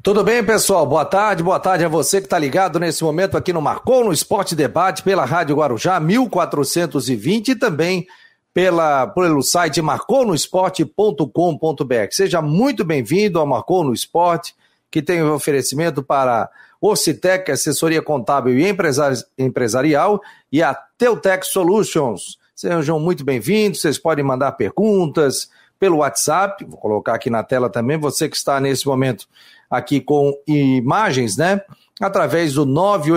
Tudo bem, pessoal? Boa tarde a você que está ligado nesse momento aqui no Marcou no Esporte Debate pela Rádio Guarujá 1420 e também pelo site marconosport.com.br. Seja muito bem-vindo ao Marcou no Esporte, que tem um oferecimento para Orcitec, assessoria contábil e empresarial, e a Teutec Solutions. Sejam muito bem-vindos, vocês podem mandar perguntas pelo WhatsApp, vou colocar aqui na tela também, você que está nesse momento aqui com imagens, né? Através do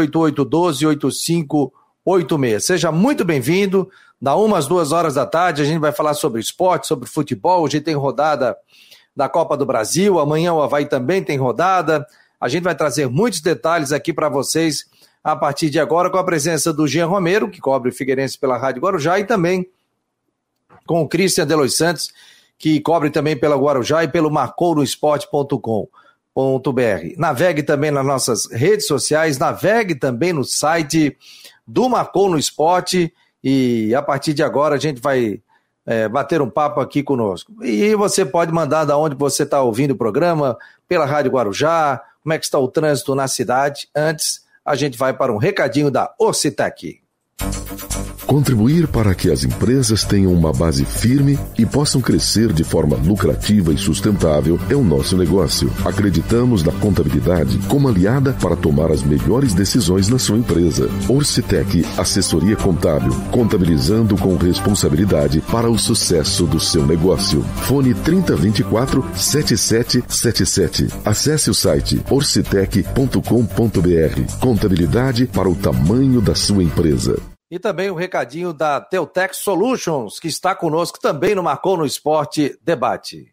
988128586. Seja muito bem-vindo. Da 1 às 2 horas da tarde, a gente vai falar sobre esporte, sobre futebol. Hoje tem rodada da Copa do Brasil, amanhã o Avaí também tem rodada. A gente vai trazer muitos detalhes aqui para vocês a partir de agora, com a presença do Jean Romero, que cobre o Figueirense pela Rádio Guarujá, e também com o Christian Delois Santos, que cobre também pela Guarujá e pelo marconosport.com.br. Navegue também nas nossas redes sociais, navegue também no site do Marcou no Esporte, e a partir de agora a gente vai bater um papo aqui conosco. E você pode mandar da onde você está ouvindo o programa, pela Rádio Guarujá, como é que está o trânsito na cidade. Antes, a gente vai para um recadinho da Orcitec. Contribuir para que as empresas tenham uma base firme e possam crescer de forma lucrativa e sustentável é o nosso negócio. Acreditamos na contabilidade como aliada para tomar as melhores decisões na sua empresa. Orcitec, assessoria contábil, contabilizando com responsabilidade para o sucesso do seu negócio. Fone 3024-7777. Acesse o site orcitec.com.br. Contabilidade para o tamanho da sua empresa. E também o recadinho da Teutec Solutions, que está conosco também no Marcou no Esporte Debate.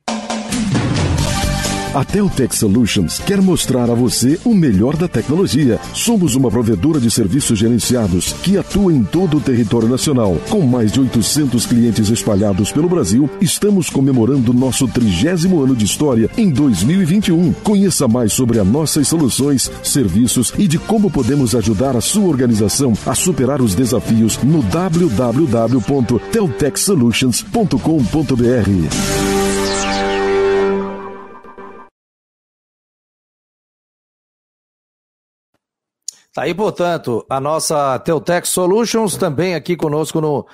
A Teutec Solutions quer mostrar a você o melhor da tecnologia. Somos uma provedora de serviços gerenciados que atua em todo o território nacional. Com mais de 800 clientes espalhados pelo Brasil, estamos comemorando nosso 30º ano de história em 2021. Conheça mais sobre as nossas soluções, serviços e de como podemos ajudar a sua organização a superar os desafios no www.teutexsolutions.com.br. Tá aí, portanto, a nossa Teutec Solutions também aqui conosco no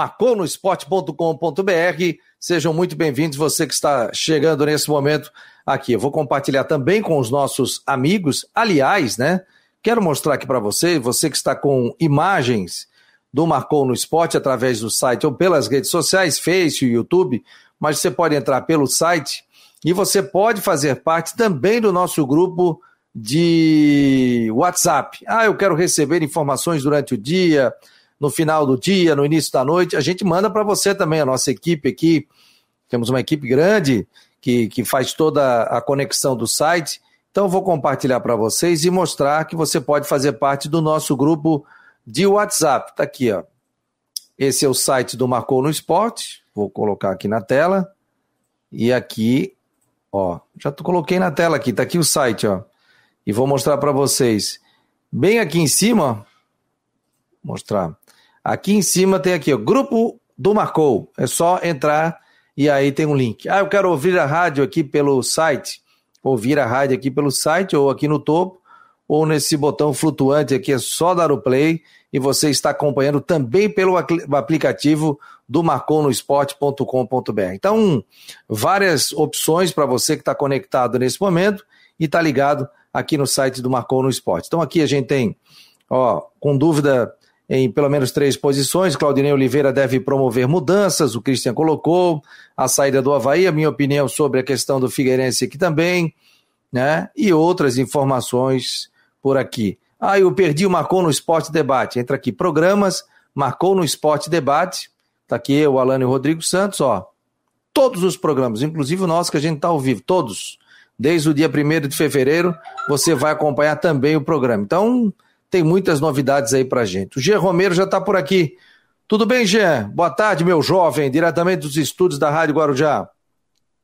marconosport.com.br. Sejam muito bem-vindos, você que está chegando nesse momento aqui. Eu vou compartilhar também com os nossos amigos. Aliás, né, quero mostrar aqui para você que está com imagens do Marcou no Esporte através do site ou pelas redes sociais, Face e YouTube, mas você pode entrar pelo site e você pode fazer parte também do nosso grupo de WhatsApp. Eu quero receber informações durante o dia, no final do dia, no início da noite. A gente manda para você também, a nossa equipe aqui. Temos uma equipe grande que faz toda a conexão do site. Então eu vou compartilhar para vocês e mostrar que você pode fazer parte do nosso grupo de WhatsApp. Tá aqui, ó. Esse é o site do Marcou no Esporte. Vou colocar aqui na tela. E aqui, ó, já coloquei na tela aqui, tá aqui o site, ó. E vou mostrar para vocês. Bem aqui em cima, mostrar. Aqui em cima tem aqui, ó, Grupo do Marcou. É só entrar e aí tem um link. Eu quero ouvir a rádio aqui pelo site. Ouvir a rádio aqui pelo site, ou aqui no topo, ou nesse botão flutuante aqui, é só dar o play e você está acompanhando também pelo aplicativo do marconosport.com.br. Então, várias opções para você que está conectado nesse momento e está ligado aqui no site do Marcou no Esporte. Então aqui a gente tem, com dúvida em pelo menos 3 posições, Claudinei Oliveira deve promover mudanças, o Christian colocou, a saída do Avaí, a minha opinião sobre a questão do Figueirense aqui também, né? E outras informações por aqui. Eu perdi o Marcou no Esporte Debate. Entra aqui, programas, Marcou no Esporte Debate, tá aqui o Alano e o Rodrigo Santos, todos os programas, inclusive o nosso que a gente tá ao vivo, todos. Desde o dia 1º de fevereiro, você vai acompanhar também o programa. Então, tem muitas novidades aí pra gente. O Jean Romero já tá por aqui. Tudo bem, Jean? Boa tarde, meu jovem, diretamente dos estúdios da Rádio Guarujá.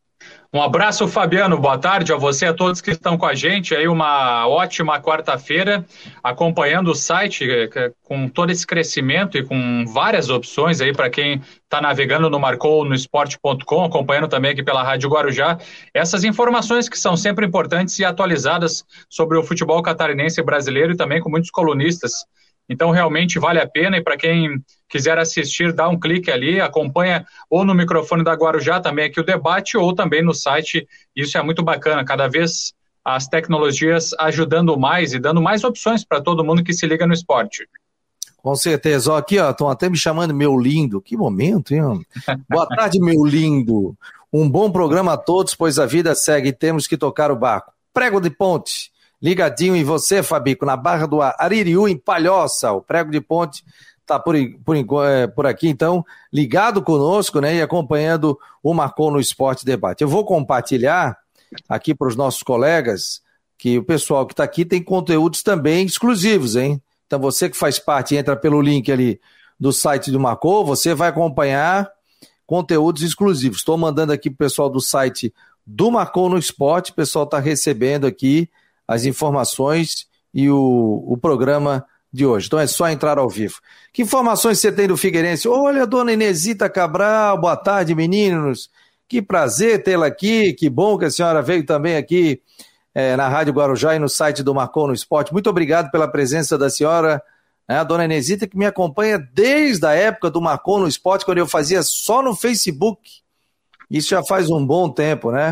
Um abraço, Fabiano, boa tarde a você e a todos que estão com a gente, aí uma ótima quarta-feira, acompanhando o site com todo esse crescimento e com várias opções aí para quem está navegando no Marcou, no esporte.com, acompanhando também aqui pela Rádio Guarujá, essas informações que são sempre importantes e atualizadas sobre o futebol catarinense e brasileiro e também com muitos colunistas. Então, realmente vale a pena, e para quem quiser assistir, dá um clique ali, acompanha ou no microfone da Guarujá também aqui o debate, ou também no site. Isso é muito bacana, cada vez as tecnologias ajudando mais e dando mais opções para todo mundo que se liga no esporte. Com certeza. Aqui, estão até me chamando meu lindo. Que momento, hein? Boa tarde, meu lindo. Um bom programa a todos, pois a vida segue e temos que tocar o barco. Prego de ponte. Ligadinho em você, Fabico, na Barra do Aririú, em Palhoça. O Prego de Ponte está por aqui, então, ligado conosco, né, e acompanhando o Marcou no Esporte Debate. Eu vou compartilhar aqui para os nossos colegas que o pessoal que está aqui tem conteúdos também exclusivos, hein? Então, você que faz parte, entra pelo link ali do site do Marcou, você vai acompanhar conteúdos exclusivos. Estou mandando aqui para o pessoal do site do Marcou no Esporte, o pessoal está recebendo aqui as informações e o programa de hoje. Então é só entrar ao vivo. Que informações você tem do Figueirense? Olha, dona Inesita Cabral, boa tarde, meninos. Que prazer tê-la aqui, que bom que a senhora veio também aqui na Rádio Guarujá e no site do Marcou no Esporte. Muito obrigado pela presença da senhora, né, a dona Inesita, que me acompanha desde a época do Marcou no Esporte, quando eu fazia só no Facebook. Isso já faz um bom tempo, né?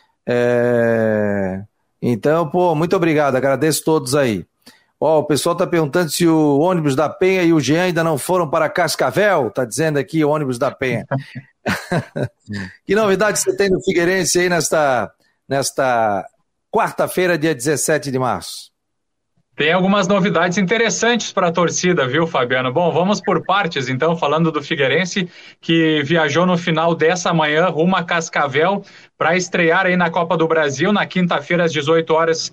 Então, muito obrigado, agradeço todos aí. O pessoal está perguntando se o ônibus da Penha e o Jean ainda não foram para Cascavel, está dizendo aqui o ônibus da Penha. Que novidade você tem no Figueirense aí nesta quarta-feira, dia 17 de março? Tem algumas novidades interessantes para a torcida, viu, Fabiano? Bom, vamos por partes, então, falando do Figueirense, que viajou no final dessa manhã rumo a Cascavel para estrear aí na Copa do Brasil, na quinta-feira, às 18 horas,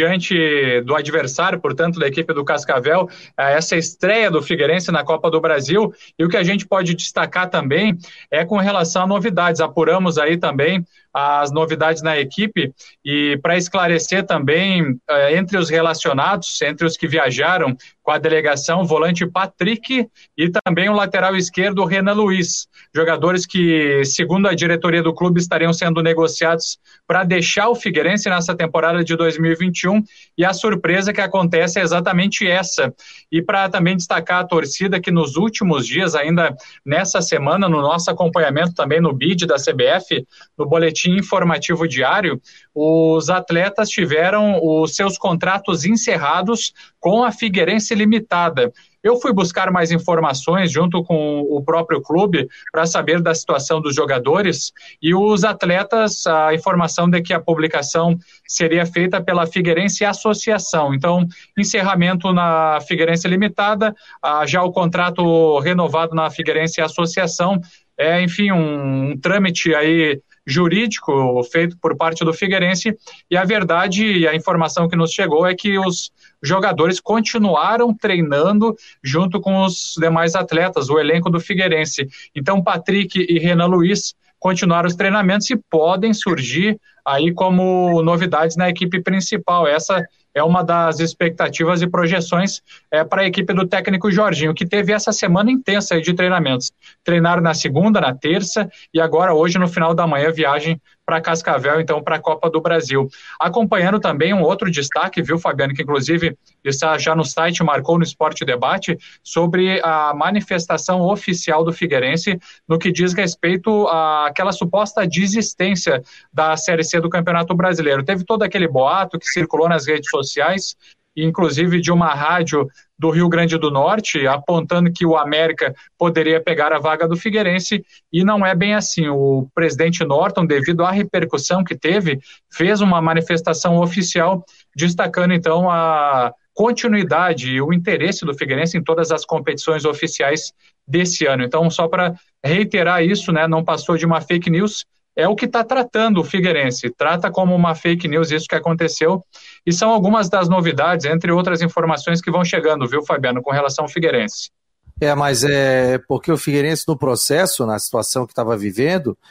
diante do adversário, portanto, da equipe do Cascavel, essa estreia do Figueirense na Copa do Brasil. E o que a gente pode destacar também é com relação a novidades. Apuramos aí também as novidades na equipe, e para esclarecer também, entre os relacionados, entre os que viajaram com a delegação, o volante Patrick e também o lateral esquerdo Renan Luiz, jogadores que, segundo a diretoria do clube, estariam sendo negociados para deixar o Figueirense nessa temporada de 2021, e a surpresa que acontece é exatamente essa. E para também destacar a torcida, que nos últimos dias, ainda nessa semana, no nosso acompanhamento também no BID da CBF, no Boletim Informativo Diário, os atletas tiveram os seus contratos encerrados com a Figueirense Limitada. Eu fui buscar mais informações junto com o próprio clube para saber da situação dos jogadores, e os atletas, a informação de que a publicação seria feita pela Figueirense Associação. Então, encerramento na Figueirense Limitada, já o contrato renovado na Figueirense Associação, enfim, um trâmite aí jurídico feito por parte do Figueirense, e a verdade e a informação que nos chegou é que os jogadores continuaram treinando junto com os demais atletas, o elenco do Figueirense. Então, Patrick e Renan Luiz continuaram os treinamentos e podem surgir aí como novidades na equipe principal. Essa é uma das expectativas e projeções para a equipe do técnico Jorginho, que teve essa semana intensa de treinamentos. Treinaram na segunda, na terça, e agora hoje no final da manhã viagem para Cascavel, então para a Copa do Brasil. Acompanhando também um outro destaque, viu, Fabiano, que inclusive está já no site Marcou no Esporte Debate, sobre a manifestação oficial do Figueirense no que diz respeito àquela suposta desistência da Série C do Campeonato Brasileiro. Teve todo aquele boato que circulou nas redes sociais, inclusive de uma rádio do Rio Grande do Norte, apontando que o América poderia pegar a vaga do Figueirense, e não é bem assim. O presidente Norton, devido à repercussão que teve, fez uma manifestação oficial destacando então a continuidade e o interesse do Figueirense em todas as competições oficiais desse ano. Então, só para reiterar isso, né, não passou de uma fake news. É o que está tratando o Figueirense, trata como uma fake news isso que aconteceu, e são algumas das novidades, entre outras informações que vão chegando, viu, Fabiano, com relação ao Figueirense. Mas é porque o Figueirense no processo, na situação que estava vivendo,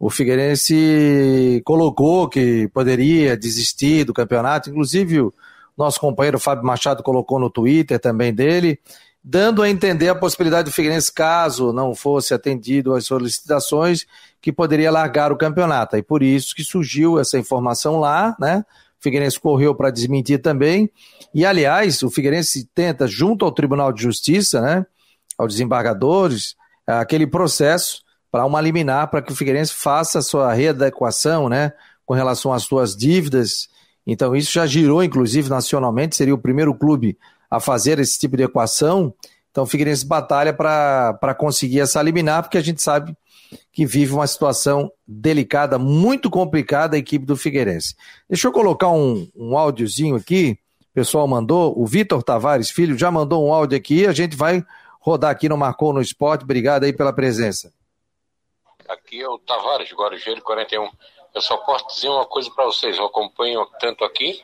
o Figueirense colocou que poderia desistir do campeonato, inclusive o nosso companheiro Fábio Machado colocou no Twitter também dele, dando a entender a possibilidade do Figueirense, caso não fosse atendido às solicitações, que poderia largar o campeonato. E por isso que surgiu essa informação lá, né? O Figueirense correu para desmentir também. E, aliás, o Figueirense tenta, junto ao Tribunal de Justiça, né, aos desembargadores, aquele processo para uma liminar, para que o Figueirense faça a sua readequação, né, com relação às suas dívidas. Então, isso já girou, inclusive, nacionalmente, seria o primeiro clube a fazer esse tipo de equação. Então o Figueirense batalha para conseguir essa liminar, porque a gente sabe que vive uma situação delicada, muito complicada a equipe do Figueirense. Deixa eu colocar um áudiozinho aqui, o pessoal mandou, o Vitor Tavares Filho já mandou um áudio aqui, a gente vai rodar aqui no Marcou no Esporte. Obrigado aí pela presença. Aqui é o Tavares, Guarujá 41. Eu só posso dizer uma coisa para vocês, eu acompanho tanto aqui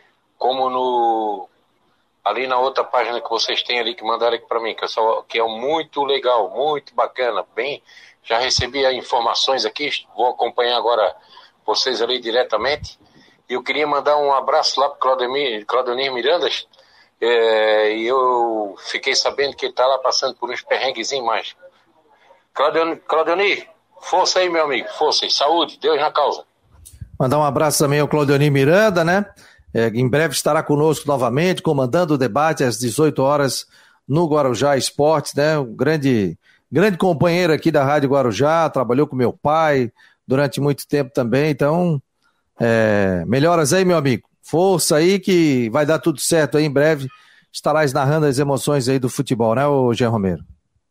como ali na outra página que vocês têm ali, que mandaram aqui para mim, que é muito legal, muito bacana, já recebi as informações aqui, vou acompanhar agora vocês ali diretamente, e eu queria mandar um abraço lá para o Claudionir Mirandas, e eu fiquei sabendo que ele está lá passando por uns perrenguezinhos mais. Claudionir, força aí, meu amigo, força aí, saúde, Deus na causa. Mandar um abraço também ao Claudionir Miranda, né? Em breve estará conosco novamente, comandando o debate às 18 horas no Guarujá Esportes, né? Um grande companheiro aqui da Rádio Guarujá, trabalhou com meu pai durante muito tempo também, então melhoras aí, meu amigo. Força aí que vai dar tudo certo aí, em breve estarás narrando as emoções aí do futebol, né, ô Jean Romero?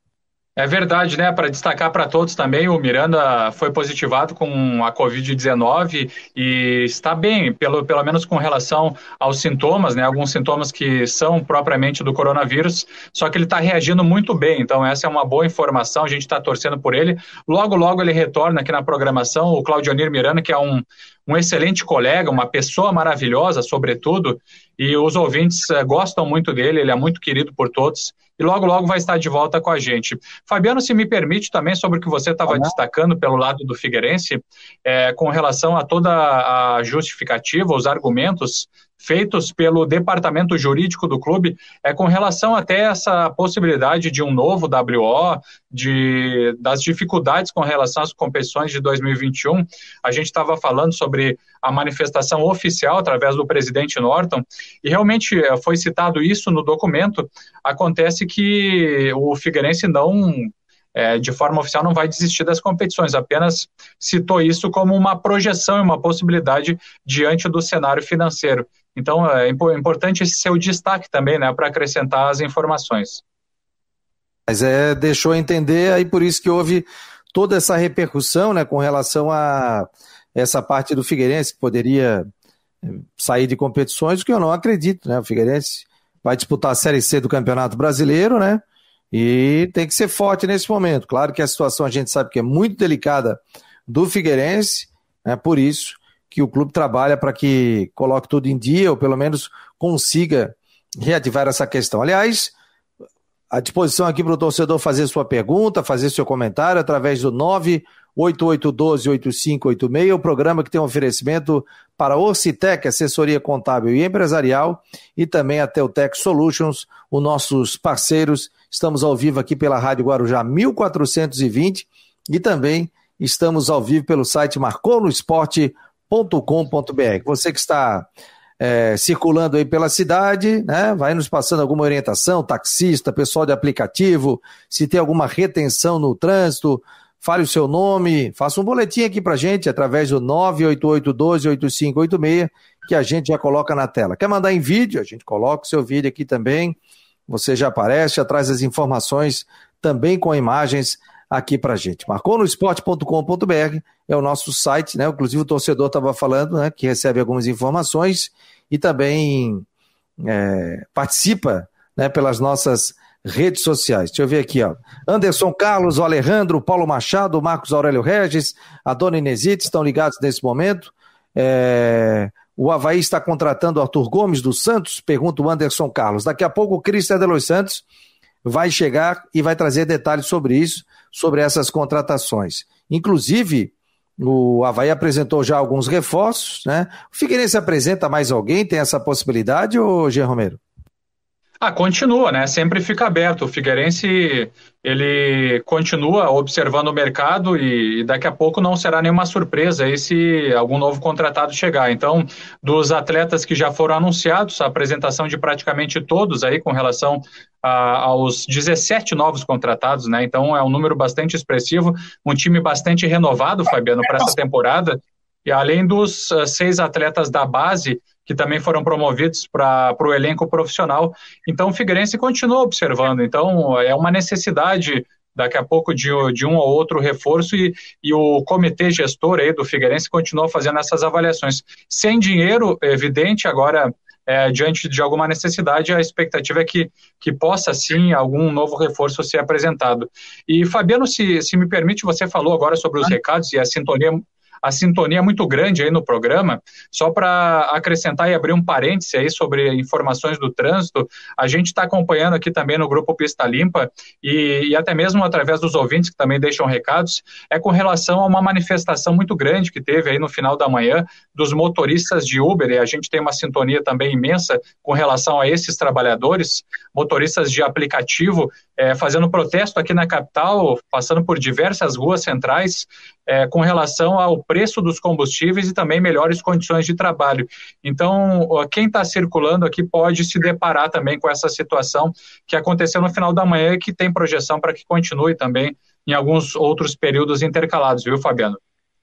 É verdade, né? Para destacar para todos também, o Miranda foi positivado com a Covid-19 e está bem, pelo menos com relação aos sintomas, né? Alguns sintomas que são propriamente do coronavírus, só que ele está reagindo muito bem, então essa é uma boa informação, a gente está torcendo por ele. Logo ele retorna aqui na programação, o Claudionir Miranda, que é um excelente colega, uma pessoa maravilhosa, sobretudo, e os ouvintes gostam muito dele, ele é muito querido por todos, e logo vai estar de volta com a gente. Fabiano, se me permite também, sobre o que você estava destacando pelo lado do Figueirense, com relação a toda a justificativa, os argumentos feitos pelo departamento jurídico do clube, com relação até essa possibilidade de um novo WO, das dificuldades com relação às competições de 2021. A gente estava falando sobre a manifestação oficial através do presidente Norton, e realmente foi citado isso no documento. Acontece que o Figueirense de forma oficial não vai desistir das competições, apenas citou isso como uma projeção e uma possibilidade diante do cenário financeiro. Então é importante esse seu destaque também, né, para acrescentar as informações. Mas deixou entender, aí por isso que houve toda essa repercussão, né, com relação a essa parte do Figueirense, que poderia sair de competições, que eu não acredito, né? O Figueirense vai disputar a Série C do Campeonato Brasileiro, né? E tem que ser forte nesse momento. Claro que a situação a gente sabe que é muito delicada do Figueirense, né? Por isso que o clube trabalha para que coloque tudo em dia, ou pelo menos consiga reativar essa questão. Aliás, à disposição aqui para o torcedor fazer sua pergunta, fazer seu comentário através do 98812-8586, o programa que tem um oferecimento para Orcitec, assessoria contábil e empresarial, e também a Teutec Solutions, os nossos parceiros. Estamos ao vivo aqui pela Rádio Guarujá 1420 e também estamos ao vivo pelo site marconosport.com.br. Você que está circulando aí pela cidade, né, vai nos passando alguma orientação, taxista, pessoal de aplicativo, se tem alguma retenção no trânsito, fale o seu nome, faça um boletim aqui pra gente através do 98812-8586, que a gente já coloca na tela. Quer mandar em vídeo? A gente coloca o seu vídeo aqui também, você já aparece, já traz as informações também com imagens aqui pra gente. Marconosport.com.br é o nosso site, né? Inclusive o torcedor estava falando, né, que recebe algumas informações e também participa, né, pelas nossas redes sociais. Deixa eu ver aqui, ó. Anderson Carlos, o Alejandro, o Paulo Machado, o Marcos Aurélio Regis, a dona Inesite estão ligados nesse momento. O Avaí está contratando o Arthur Gomes do Santos? Pergunta o Anderson Carlos. Daqui a pouco o Cristian de Los Santos vai chegar e vai trazer detalhes sobre isso, sobre essas contratações. Inclusive, O Avaí apresentou já alguns reforços, né? O Figueirense apresenta mais alguém? Tem essa possibilidade, ô Jean Romero? Continua, né? Sempre fica aberto. O Figueirense, ele continua observando o mercado e daqui a pouco não será nenhuma surpresa aí se algum novo contratado chegar. Então, dos atletas que já foram anunciados, a apresentação de praticamente todos aí com relação aos 17 novos contratados, né? Então, é um número bastante expressivo, um time bastante renovado, Fabiano, para essa temporada. E além dos 6 atletas da base, que também foram promovidos para o elenco profissional. Então, o Figueirense continua observando. Então, é uma necessidade, daqui a pouco, de um ou outro reforço e o comitê gestor aí do Figueirense continua fazendo essas avaliações. Sem dinheiro, evidente, agora, diante de alguma necessidade, a expectativa é que possa, sim, algum novo reforço ser apresentado. E, Fabiano, se me permite, você falou agora sobre os recados e a sintonia é muito grande aí no programa. Só para acrescentar e abrir um parêntese aí sobre informações do trânsito, a gente está acompanhando aqui também no Grupo Pista Limpa e até mesmo através dos ouvintes que também deixam recados, com relação a uma manifestação muito grande que teve aí no final da manhã dos motoristas de Uber, e a gente tem uma sintonia também imensa com relação a esses trabalhadores, motoristas de aplicativo, fazendo protesto aqui na capital, passando por diversas ruas centrais, com relação ao preço dos combustíveis e também melhores condições de trabalho. Então, quem está circulando aqui pode se deparar também com essa situação que aconteceu no final da manhã e que tem projeção para que continue também em alguns outros períodos intercalados, viu, Fabiano?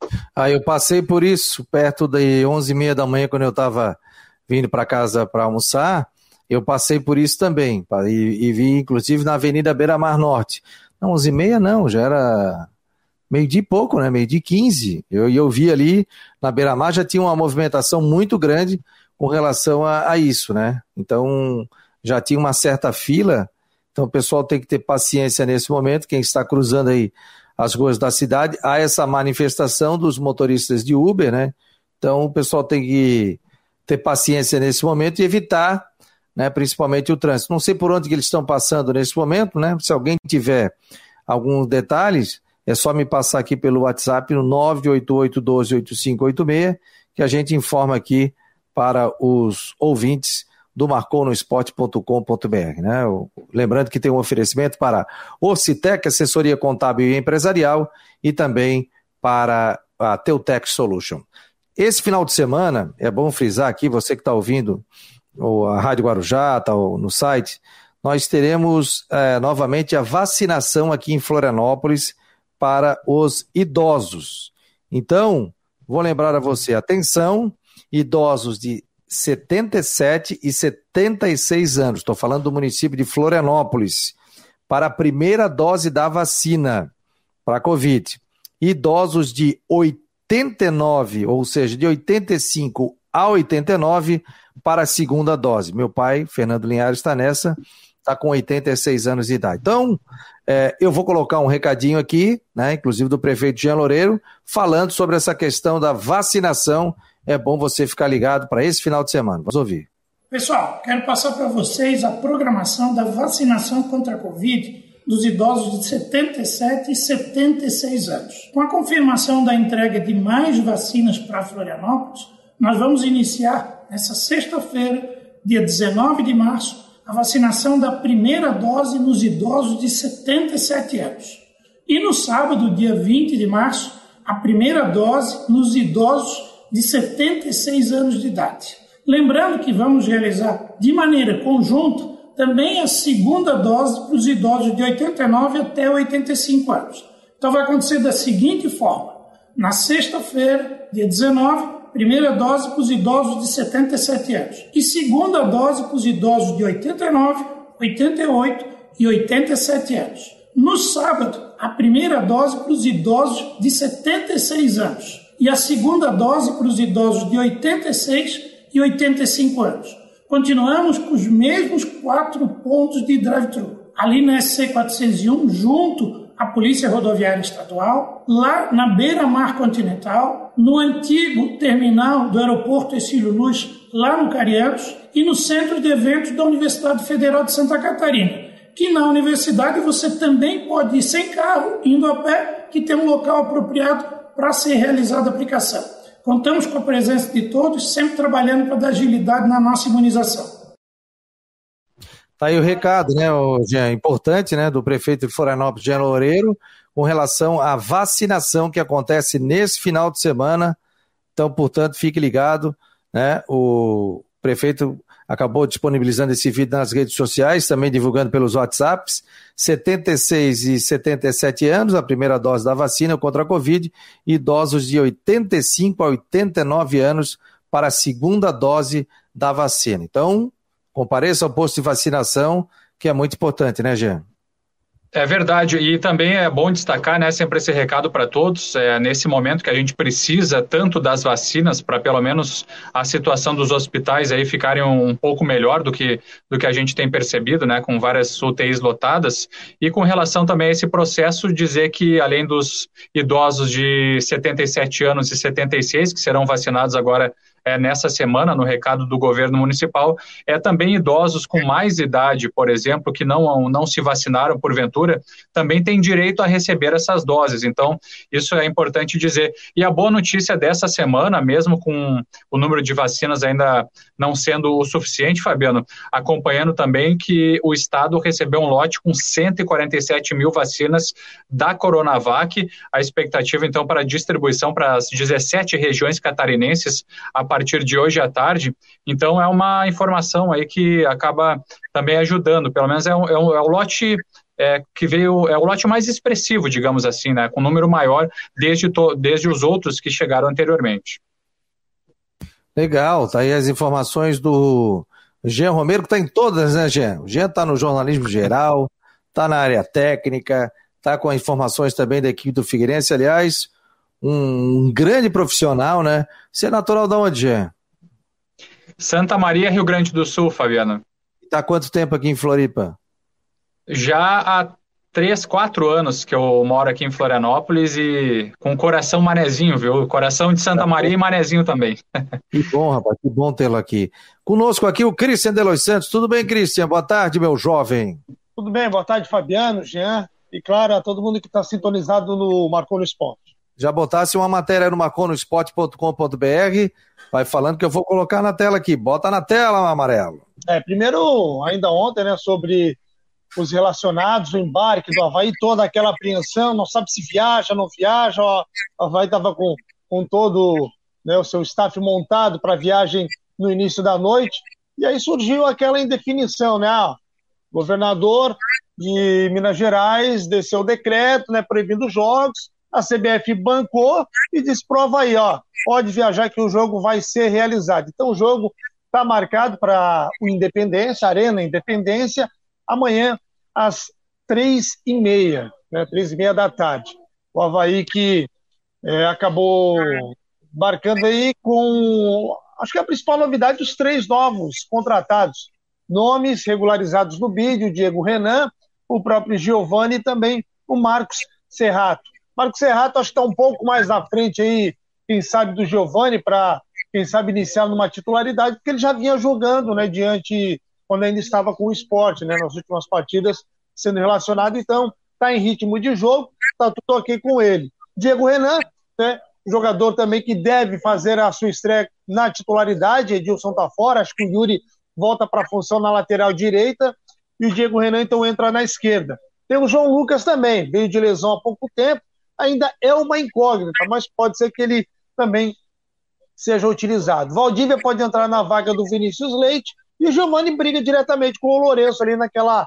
Eu passei por isso perto de 11h30 da manhã, quando eu estava vindo para casa para almoçar. Eu passei por isso também, e vi inclusive na Avenida Beira-Mar Norte. Não, 11h30 não, já era meio-dia e pouco, né? Meio-dia e 15. Eu vi ali na Beira-Mar, já tinha uma movimentação muito grande com relação a isso, né? Então, já tinha uma certa fila. Então, o pessoal tem que ter paciência nesse momento, quem está cruzando aí as ruas da cidade. Há essa manifestação dos motoristas de Uber, né? Então, o pessoal tem que ter paciência nesse momento e evitar, né, principalmente o trânsito. Não sei por onde que eles estão passando nesse momento, né? Se alguém tiver alguns detalhes, é só me passar aqui pelo WhatsApp no 988128586, que a gente informa aqui para os ouvintes do marconosport.com.br, né? Lembrando que tem um oferecimento para Orcitec, assessoria contábil e empresarial, e também para a Teutec Solution. Esse final de semana, é bom frisar aqui, você que está ouvindo a Rádio Guarujá, está no site, nós teremos novamente a vacinação aqui em Florianópolis para os idosos. Então, vou lembrar a você, atenção, idosos de 77 e 76 anos, estou falando do município de Florianópolis, para a primeira dose da vacina para a Covid. Idosos de 89, ou seja, de 85 a 89 para a segunda dose. Meu pai, Fernando Linhares, está nessa, está com 86 anos de idade. Então, eu vou colocar um recadinho aqui, né, inclusive do prefeito Jean Loureiro, falando sobre essa questão da vacinação. É bom você ficar ligado para esse final de semana. Vamos ouvir. Pessoal, quero passar para vocês a programação da vacinação contra a Covid dos idosos de 77 e 76 anos. Com a confirmação da entrega de mais vacinas para Florianópolis, nós vamos iniciar nessa sexta-feira, dia 19 de março, a vacinação da primeira dose nos idosos de 77 anos. E no sábado, dia 20 de março, a primeira dose nos idosos de 76 anos de idade. Lembrando que vamos realizar de maneira conjunta também a segunda dose para os idosos de 89 até 85 anos. Então vai acontecer da seguinte forma: na sexta-feira, dia 19, primeira dose para os idosos de 77 anos e segunda dose para os idosos de 89, 88 e 87 anos. No sábado, a primeira dose para os idosos de 76 anos e a segunda dose para os idosos de 86 e 85 anos. Continuamos com os mesmos 4 pontos de drive-thru. Ali na SC401, junto à Polícia Rodoviária Estadual, lá na Beira-Mar Continental, no antigo terminal do Aeroporto Hercílio Luz, lá no Carianos, e no Centro de Eventos da Universidade Federal de Santa Catarina, que na universidade você também pode ir sem carro, indo a pé, que tem um local apropriado para ser realizada a aplicação. Contamos com a presença de todos, sempre trabalhando para dar agilidade na nossa imunização. Tá aí o recado, né, Jean, importante, né, do prefeito de Florianópolis, Jean Loureiro, com relação à vacinação que acontece nesse final de semana. Então, portanto, fique ligado, né, o prefeito acabou disponibilizando esse vídeo nas redes sociais, também divulgando pelos WhatsApps, 76 e 77 anos, a primeira dose da vacina contra a Covid, e idosos de 85 a 89 anos para a segunda dose da vacina. Então, compareça ao posto de vacinação, que é muito importante, né, Jean? É verdade, e também é bom destacar, né, sempre esse recado para todos, nesse momento que a gente precisa tanto das vacinas para pelo menos a situação dos hospitais aí ficarem um pouco melhor do que a gente tem percebido, né, com várias UTIs lotadas, e com relação também a esse processo, dizer que além dos idosos de 77 anos e 76, que serão vacinados agora nessa semana, no recado do governo municipal, também idosos com mais idade, por exemplo, que não se vacinaram porventura, também têm direito a receber essas doses. Então, isso é importante dizer. E a boa notícia dessa semana, mesmo com o número de vacinas ainda não sendo o suficiente, Fabiano, acompanhando também que o Estado recebeu um lote com 147 mil vacinas da Coronavac, a expectativa, então, para distribuição para as 17 regiões catarinenses a partir de hoje à tarde. Então é uma informação aí que acaba também ajudando, pelo menos é o lote que veio, é o lote mais expressivo, digamos assim, né, com número maior desde os outros que chegaram anteriormente. Legal, tá aí as informações do Jean Romero, que tá em todas, né, Jean? O Jean tá no jornalismo geral, tá na área técnica, tá com informações também da equipe do Figueirense, aliás, um grande profissional, né? Você é natural de onde, Jean? Santa Maria, Rio Grande do Sul, Fabiano. Está há quanto tempo aqui em Floripa? Já há 3, 4 anos que eu moro aqui em Florianópolis e com coração manezinho, viu? Coração de Santa Maria e manezinho também. Que bom, rapaz, que bom tê-lo aqui. Conosco aqui o Cristian de Los Santos. Tudo bem, Cristian? Boa tarde, meu jovem. Tudo bem, boa tarde, Fabiano, Jean e, claro, a todo mundo que está sintonizado no Marcou no Esporte. Já botasse uma matéria no marconosport.com.br, vai falando que eu vou colocar na tela aqui. Bota na tela, Amarelo. Primeiro, ainda ontem, né, sobre os relacionados, o embarque do Avaí, toda aquela apreensão, não sabe se viaja, não viaja, o Avaí estava com todo, né, o seu staff montado para a viagem no início da noite, e aí surgiu aquela indefinição, né, o governador de Minas Gerais desceu o decreto, né, proibindo jogos, a CBF bancou e disse pro Avaí, pode viajar que o jogo vai ser realizado. Então o jogo está marcado para o Independência, Arena Independência, amanhã às 3h30, né, 3h30 da tarde. O Avaí que acabou marcando aí com, acho que a principal novidade, os 3 novos contratados. Nomes regularizados no BID, o Diego Renan, o próprio Giovani e também o Marcos Serrato. Marcos Serrato acho que está um pouco mais na frente aí, quem sabe, do Giovani, para, quem sabe, iniciar numa titularidade, porque ele já vinha jogando, né, quando ainda estava com o Sport, né, nas últimas partidas, sendo relacionado, então está em ritmo de jogo, está tudo ok com ele. Diego Renan, né, jogador também que deve fazer a sua estreia na titularidade, Edilson está fora, acho que o Yuri volta para a função na lateral direita, e o Diego Renan então entra na esquerda. Tem o João Lucas também, veio de lesão há pouco tempo, ainda é uma incógnita, mas pode ser que ele também seja utilizado. Valdívia pode entrar na vaga do Vinícius Leite e o Giovani briga diretamente com o Lourenço ali naquela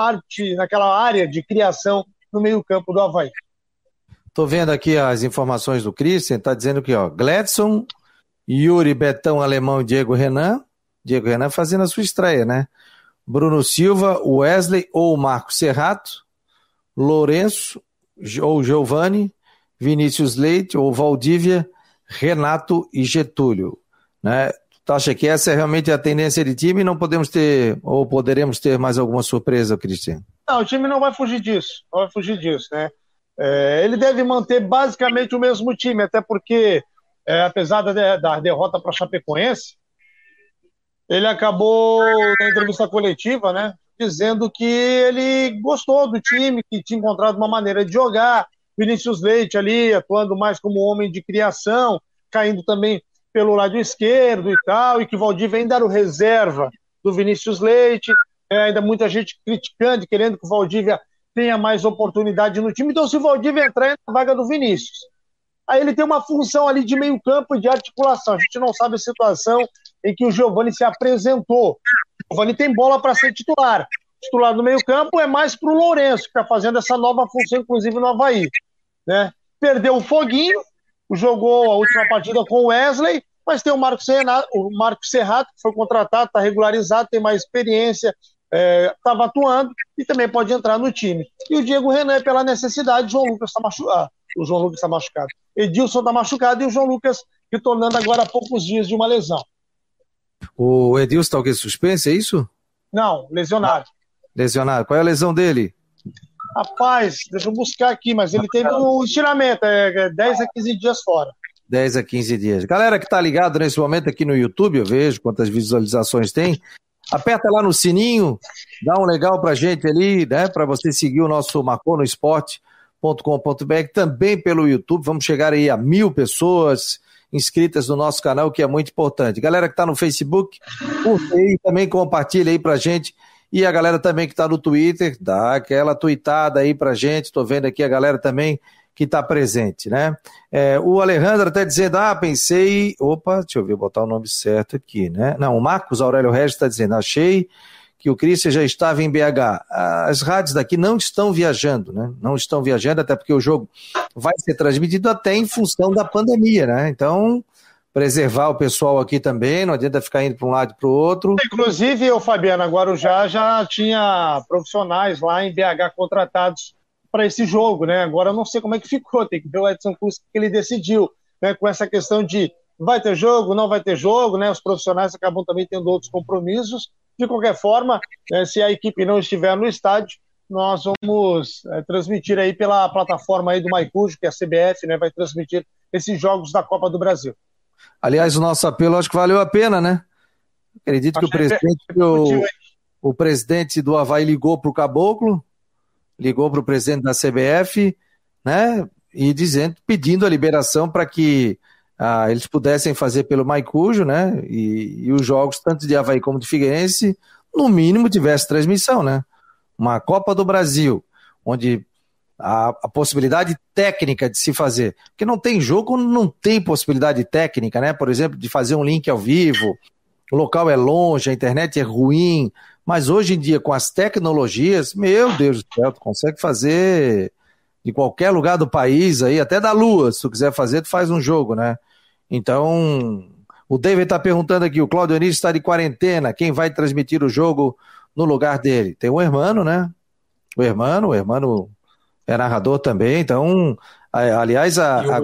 área de criação no meio-campo do Avaí. Tô vendo aqui as informações do Christian, tá dizendo que, Gledson, Yuri, Betão, Alemão e Diego Renan fazendo a sua estreia, né? Bruno Silva, Wesley ou Marcos Serrato, Lourenço ou Giovani, Vinícius Leite ou Valdívia, Renato e Getúlio, né? Tu acha que essa é realmente a tendência de time e não podemos ter, ou poderemos ter mais alguma surpresa, Cristiano? Não, o time não vai fugir disso, né? Ele deve manter basicamente o mesmo time, até porque, apesar da derrota para a Chapecoense, ele acabou, na entrevista coletiva, né, dizendo que ele gostou do time, que tinha encontrado uma maneira de jogar, Vinícius Leite ali, atuando mais como homem de criação, caindo também pelo lado esquerdo e tal, e que o Valdívia ainda era o reserva do Vinícius Leite, ainda muita gente criticando, querendo que o Valdívia tenha mais oportunidade no time. Então, se o Valdívia entrar na vaga do Vinícius, aí ele tem uma função ali de meio campo e de articulação. A gente não sabe a situação em que o Giovani se apresentou. O Giovani tem bola para ser titular. Titular no meio campo é mais para o Lourenço, que está fazendo essa nova função, inclusive no Avaí, né? Perdeu o Foguinho, jogou a última partida com o Wesley, mas tem o Marcos Serrato, que foi contratado, está regularizado, tem mais experiência, estava atuando e também pode entrar no time. E o Diego Renan, pela necessidade, o João Lucas está machucado. O João Lucas está machucado. Edilson está machucado e o João Lucas retornando agora há poucos dias de uma lesão. O Edilson está o quê? Suspense, é isso? Não, lesionado. Lesionado. Qual é a lesão dele? Rapaz, deixa eu buscar aqui, mas ele teve um estiramento, 10 a 15 dias fora. 10 a 15 dias. Galera que está ligado nesse momento aqui no YouTube, eu vejo quantas visualizações tem. Aperta lá no sininho, dá um legal pra gente ali, né? Para você seguir o nosso marconosport.com.br, também pelo YouTube. Vamos chegar aí a 1.000 pessoas inscritas no nosso canal, que é muito importante. Galera que está no Facebook, curte aí, também compartilha aí pra gente. E a galera também que está no Twitter, dá aquela tweetada aí pra gente. Estou vendo aqui a galera também que está presente, né? O Alejandro está dizendo, pensei... Opa, deixa eu ver, botar o nome certo aqui, né? Não, o Marcos Aurélio Regis está dizendo, achei que o Christian já estava em BH. As rádios daqui não estão viajando, né? Não estão viajando, até porque o jogo vai ser transmitido até em função da pandemia, né? Então, preservar o pessoal aqui também, não adianta ficar indo para um lado e para o outro. Inclusive, Fabiano, agora já tinha profissionais lá em BH contratados para esse jogo, né? Agora eu não sei como é que ficou, tem que ver o Edson Cruz que ele decidiu, né? Com essa questão de vai ter jogo, não vai ter jogo, né? Os profissionais acabam também tendo outros compromissos. De qualquer forma, se a equipe não estiver no estádio, nós vamos transmitir aí pela plataforma aí do Maicujo, que é a CBF, né? Vai transmitir esses jogos da Copa do Brasil. Aliás, o nosso apelo acho que valeu a pena, né? Acredito que o presidente do Avaí ligou para o Caboclo, ligou para o presidente da CBF, né? E pedindo a liberação para que eles pudessem fazer pelo Maicujo, né? E os jogos, tanto de Avaí como de Figueirense, no mínimo tivesse transmissão, né? Uma Copa do Brasil, onde a possibilidade técnica de se fazer, porque não tem jogo, não tem possibilidade técnica, né? Por exemplo, de fazer um link ao vivo, o local é longe, a internet é ruim, mas hoje em dia, com as tecnologias, meu Deus do céu, tu consegue fazer de qualquer lugar do país, aí, até da Lua, se tu quiser fazer, tu faz um jogo, né? Então, o David está perguntando aqui, o Claudio Anísio está de quarentena, quem vai transmitir o jogo no lugar dele? Tem o Hermano, né? O Hermano é narrador também, então, aliás...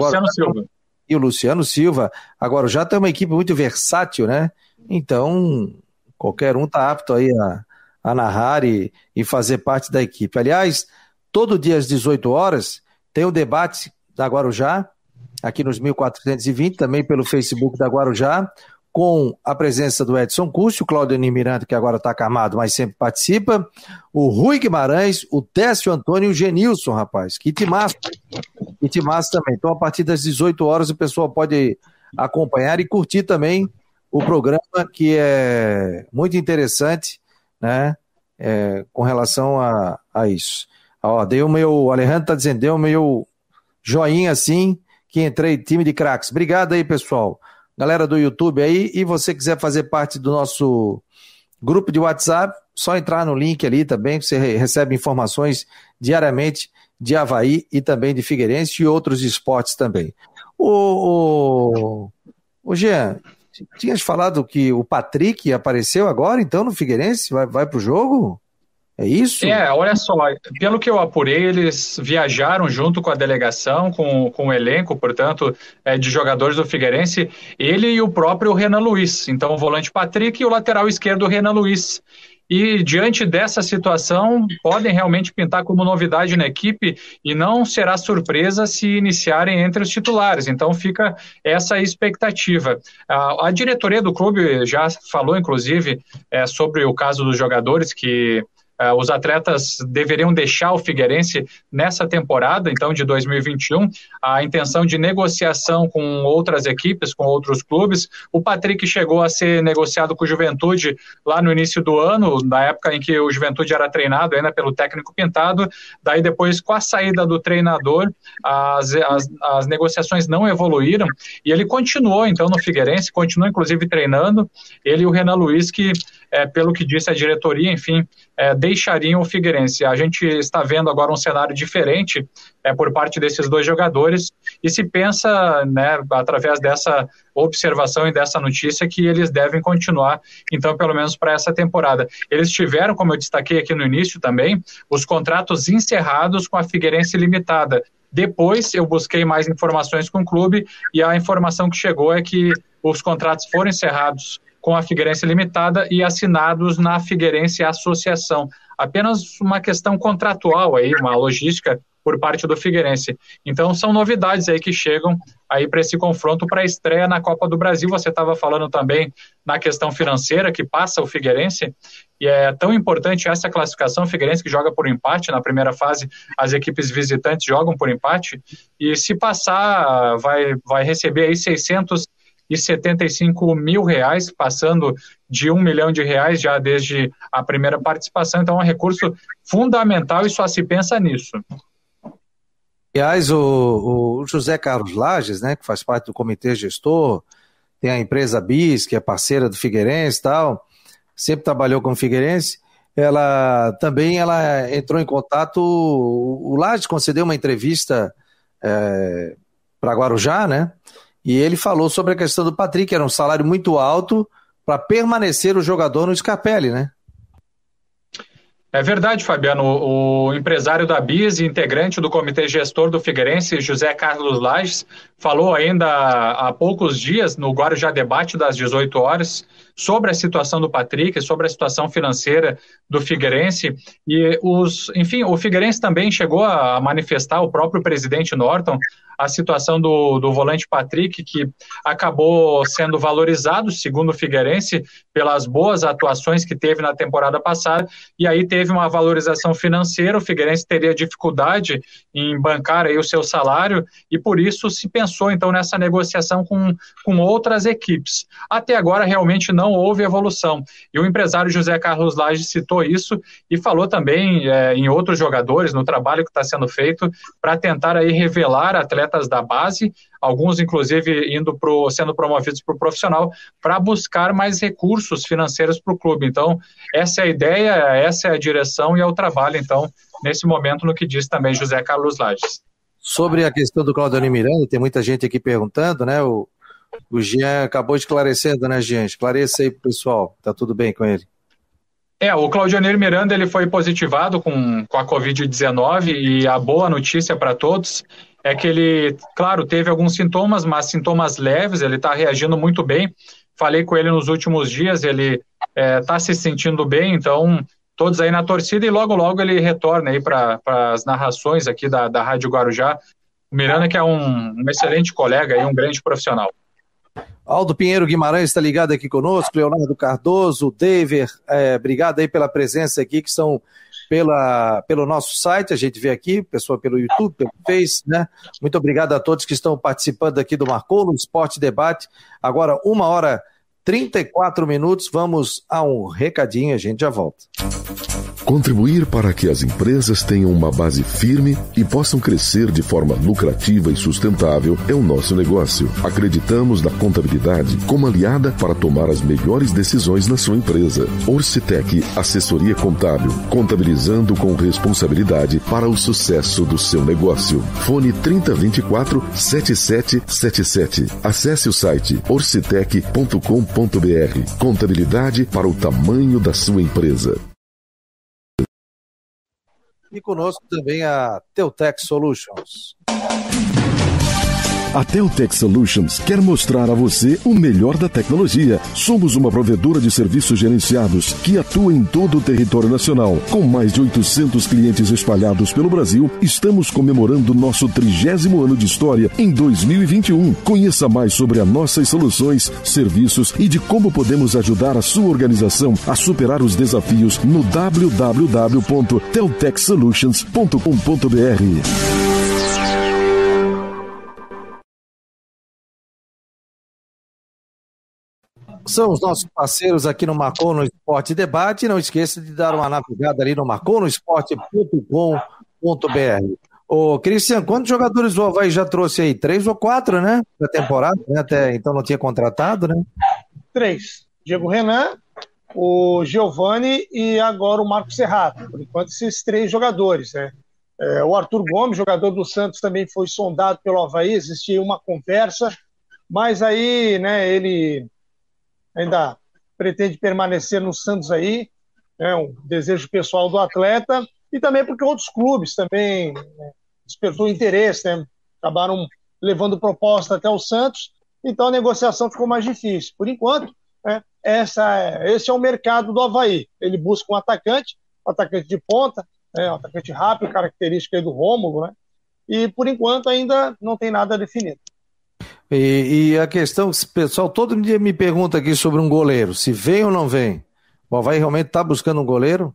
E o Luciano Silva. Agora, já tem uma equipe muito versátil, né? Então, qualquer um está apto aí a narrar e fazer parte da equipe. Aliás, todo dia às 18 horas tem o debate da Guarujá, aqui nos 1420, também pelo Facebook da Guarujá, com a presença do Edson Cúcio, o Claudio Miranda, que agora está acamado, mas sempre participa, o Rui Guimarães, o Técio Antônio e o Genilson, rapaz. Que timaço também. Então, a partir das 18 horas, o pessoal pode acompanhar e curtir também o programa, que é muito interessante, né, com relação a isso. O Alejandro está dizendo, deu o meu joinha assim, que entrei time de craques. Obrigado aí, pessoal. Galera do YouTube aí, e você quiser fazer parte do nosso grupo de WhatsApp, só entrar no link ali também, você recebe informações diariamente de Avaí e também de Figueirense e outros esportes também. O Jean, tinhas falado que o Patrick apareceu agora, então, no Figueirense? Vai pro jogo? É isso? Olha só, pelo que eu apurei, eles viajaram junto com a delegação, com o elenco, portanto, de jogadores do Figueirense, ele e o próprio Renan Luiz. Então, o volante Patrick e o lateral esquerdo Renan Luiz. E, diante dessa situação, podem realmente pintar como novidade na equipe e não será surpresa se iniciarem entre os titulares. Então, fica essa expectativa. A diretoria do clube já falou, inclusive, sobre o caso dos jogadores que os atletas deveriam deixar o Figueirense nessa temporada, então, de 2021, a intenção de negociação com outras equipes, com outros clubes. O Patrick chegou a ser negociado com o Juventude lá no início do ano, na época em que o Juventude era treinado ainda pelo técnico Pintado. Daí depois, com a saída do treinador, as negociações não evoluíram e ele continuou então no Figueirense, continua inclusive treinando, ele e o Renan Luiz, que pelo que disse a diretoria, enfim, deixariam o Figueirense. A gente está vendo agora um cenário diferente por parte desses dois jogadores e se pensa, né, através dessa observação e dessa notícia, que eles devem continuar, então, pelo menos para essa temporada. Eles tiveram, como eu destaquei aqui no início também, os contratos encerrados com a Figueirense Limitada. Depois eu busquei mais informações com o clube e a informação que chegou é que os contratos foram encerrados com a Figueirense Limitada e assinados na Figueirense Associação. Apenas uma questão contratual aí, uma logística por parte do Figueirense. Então são novidades aí que chegam aí para esse confronto, para a estreia na Copa do Brasil. Você estava falando também na questão financeira que passa o Figueirense, e é tão importante essa classificação. O Figueirense que joga por empate, na primeira fase as equipes visitantes jogam por empate, e se passar vai receber aí R$675 mil, passando de R$1 milhão já desde a primeira participação. Então é um recurso fundamental e só se pensa nisso. Aliás, o José Carlos Lages, né, que faz parte do comitê gestor, tem a empresa BIS, que é parceira do Figueirense e tal, sempre trabalhou com o Figueirense. Ela entrou em contato, o Lages concedeu uma entrevista para Guarujá, né? E ele falou sobre a questão do Patrick, era um salário muito alto para permanecer o jogador no Scarpelli, né? É verdade, Fabiano. O empresário da BIS e integrante do comitê gestor do Figueirense, José Carlos Lages, falou ainda há poucos dias no Guarujá Debate das 18 horas sobre a situação do Patrick, sobre a situação financeira do Figueirense. E o Figueirense também chegou a manifestar, o próprio presidente Norton, a situação do volante Patrick, que acabou sendo valorizado, segundo o Figueirense, pelas boas atuações que teve na temporada passada, e aí teve uma valorização financeira. O Figueirense teria dificuldade em bancar aí o seu salário, e por isso se pensou então nessa negociação com outras equipes. Até agora realmente não houve evolução, e o empresário José Carlos Lages citou isso e falou também em outros jogadores, no trabalho que está sendo feito para tentar aí revelar atletas da base, alguns inclusive sendo promovidos para o profissional, para buscar mais recursos financeiros para o clube. Então essa é a ideia, essa é a direção e é o trabalho, então, nesse momento, no que diz também José Carlos Lages. Sobre a questão do Claudionir Miranda, tem muita gente aqui perguntando, né? O Jean acabou esclarecendo, né, Jean? Esclareça aí pro pessoal, tá tudo bem com ele? O Claudionir Miranda, ele foi positivado com a Covid-19, e a boa notícia para todos é que ele, claro, teve alguns sintomas, mas sintomas leves, ele está reagindo muito bem. Falei com ele nos últimos dias, ele está se sentindo bem, então todos aí na torcida, e logo logo ele retorna aí para as narrações aqui da Rádio Guarujá. O Miranda, que é um excelente colega e um grande profissional. Aldo Pinheiro Guimarães está ligado aqui conosco, Leonardo Cardoso, Dever, obrigado aí pela presença aqui, que estão pelo nosso site, a gente vê aqui, pessoal pelo YouTube, pelo Face, né? Muito obrigado a todos que estão participando aqui do Marcou no Esporte Debate. Agora, 1h34, vamos a um recadinho, a gente já volta. Contribuir para que as empresas tenham uma base firme e possam crescer de forma lucrativa e sustentável é o nosso negócio. Acreditamos na contabilidade como aliada para tomar as melhores decisões na sua empresa. Orcitec, assessoria contábil, contabilizando com responsabilidade para o sucesso do seu negócio. Fone 3024-7777. Acesse o site orcitec.com.br. Contabilidade para o tamanho da sua empresa. E conosco também a Teutec Solutions. A Teltec Solutions quer mostrar a você o melhor da tecnologia. Somos uma provedora de serviços gerenciados que atua em todo o território nacional. Com mais de 800 clientes espalhados pelo Brasil, estamos comemorando nosso 30º ano de história em 2021. Conheça mais sobre as nossas soluções, serviços e de como podemos ajudar a sua organização a superar os desafios no www.teltecsolutions.com.br. São os nossos parceiros aqui no Marcou no Esporte Debate. Não esqueça de dar uma navegada ali no marconosport.com.br. Ô, Cristian, quantos jogadores o Avaí já trouxe aí? 3 ou 4, né? Da temporada, né? Até então não tinha contratado, né? 3. Diego Renan, o Giovani e agora o Marcos Serrato. Por enquanto, esses 3 jogadores, né? O Arthur Gomes, jogador do Santos, também foi sondado pelo Avaí. Existia uma conversa, mas aí, né, ele ainda pretende permanecer no Santos aí, é um desejo pessoal do atleta, e também porque outros clubes também despertou interesse, né? Acabaram levando proposta até o Santos, então a negociação ficou mais difícil. Por enquanto, né, esse é o mercado do Avaí. Ele busca um atacante de ponta, um atacante rápido, característica aí do Rômulo, né? E por enquanto ainda não tem nada definido. E a questão, pessoal, todo dia me pergunta aqui sobre um goleiro, se vem ou não vem. O Avaí realmente está buscando um goleiro?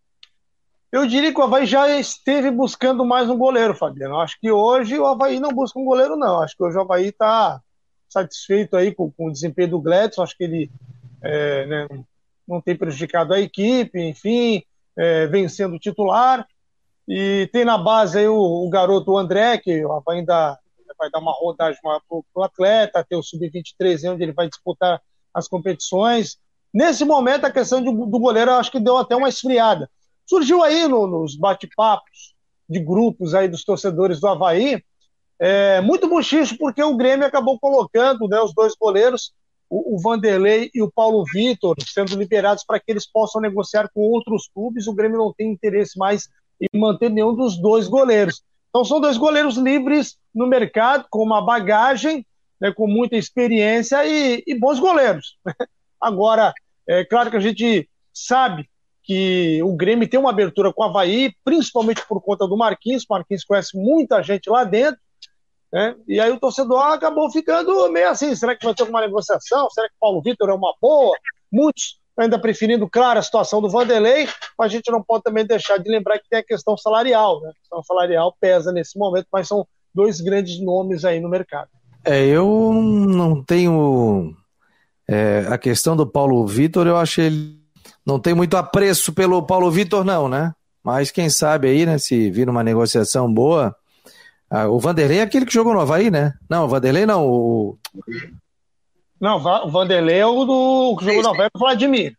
Eu diria que o Avaí já esteve buscando mais um goleiro, Fabiano. Acho que hoje o Avaí não busca um goleiro, não. Acho que hoje o Avaí está satisfeito aí com o desempenho do Gladson. Acho que ele né, não tem prejudicado a equipe, enfim, vem sendo titular. E tem na base aí o garoto André, que o Avaí ainda vai dar uma rodagem para o atleta, ter o Sub-23, onde ele vai disputar as competições. Nesse momento, a questão do goleiro, eu acho que deu até uma esfriada. Surgiu aí nos bate-papos de grupos aí dos torcedores do Avaí, muito bochicho, porque o Grêmio acabou colocando, né, os 2 goleiros, o Vanderlei e o Paulo Vitor, sendo liberados para que eles possam negociar com outros clubes. O Grêmio não tem interesse mais em manter nenhum dos 2 goleiros. Então são 2 goleiros livres no mercado, com uma bagagem, né, com muita experiência e bons goleiros. Agora, é claro que a gente sabe que o Grêmio tem uma abertura com o Avaí, principalmente por conta do Marquinhos. O Marquinhos conhece muita gente lá dentro, né? E aí o torcedor acabou ficando meio assim, será que vai ter alguma negociação? Será que o Paulo Vitor é uma boa? Muitos ainda preferindo, claro, a situação do Vanderlei, mas a gente não pode também deixar de lembrar que tem a questão salarial, né? A questão salarial pesa nesse momento, mas são 2 grandes nomes aí no mercado. Eu não tenho... a questão do Paulo Vitor, eu acho ele... Não tem muito apreço pelo Paulo Vitor, não, né? Mas quem sabe aí, né, se vir uma negociação boa... o Vanderlei é aquele que jogou no Avaí, né? Não, o Vanderlei não, Não, o Vanderlei é o que jogou no Avaí, o Vladimir.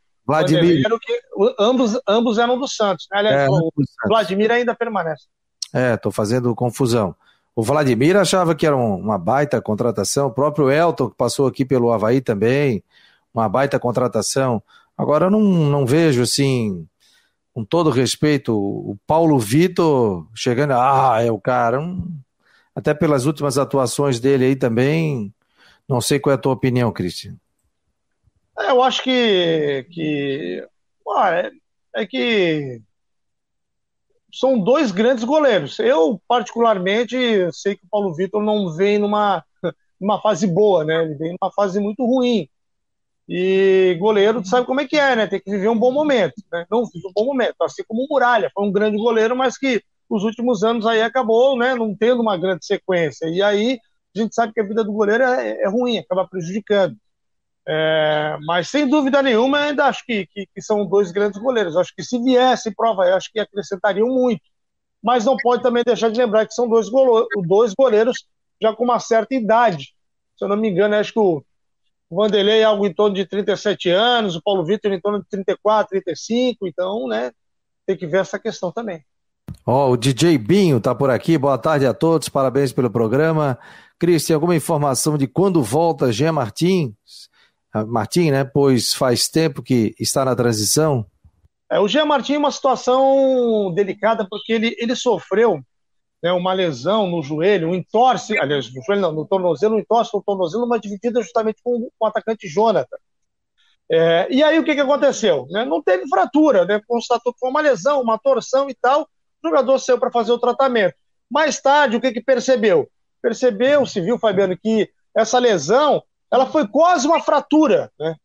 Ambos eram do Santos, né? Aliás, o Vladimir ainda permanece. Tô fazendo confusão. O Vladimir achava que era uma baita contratação, o próprio Elton, que passou aqui pelo Avaí também, uma baita contratação. Agora eu não vejo, assim, com todo respeito, o Paulo Vitor chegando, é o cara. Até pelas últimas atuações dele aí também, não sei qual é a tua opinião, Cristian. Eu acho que são 2 grandes goleiros. Eu, particularmente, sei que o Paulo Vitor não vem numa fase boa, né? Ele vem numa fase muito ruim. E goleiro, tu sabe como é que é, né? Tem que viver um bom momento, né? Não vive um bom momento, assim como o Muralha, foi um grande goleiro, mas que nos últimos anos aí acabou, né, não tendo uma grande sequência. E aí a gente sabe que a vida do goleiro é ruim, acaba prejudicando. Mas sem dúvida nenhuma, ainda acho que são 2 grandes goleiros. Acho que se viesse prova, acho que acrescentariam muito. Mas não pode também deixar de lembrar que são 2 goleiros já com uma certa idade. Se eu não me engano, acho que o Vanderlei é algo em torno de 37 anos, o Paulo Vitor em torno de 34, 35, então, né, tem que ver essa questão também. O DJ Binho tá por aqui, boa tarde a todos, parabéns pelo programa. Cristian, alguma informação de quando volta Jean Martin, né, pois faz tempo que está na transição? O Jean Martin é uma situação delicada, porque ele sofreu né, uma lesão no joelho, um entorse, aliás, no joelho não, no tornozelo, um entorse no tornozelo, uma dividida justamente com o atacante Jonathan. E aí o que aconteceu? Né? Não teve fratura, né? Constatou que foi uma lesão, uma torção e tal, o jogador saiu para fazer o tratamento. Mais tarde, o que percebeu? Percebeu-se, viu, Fabiano, que essa lesão, ela foi quase uma fratura, né?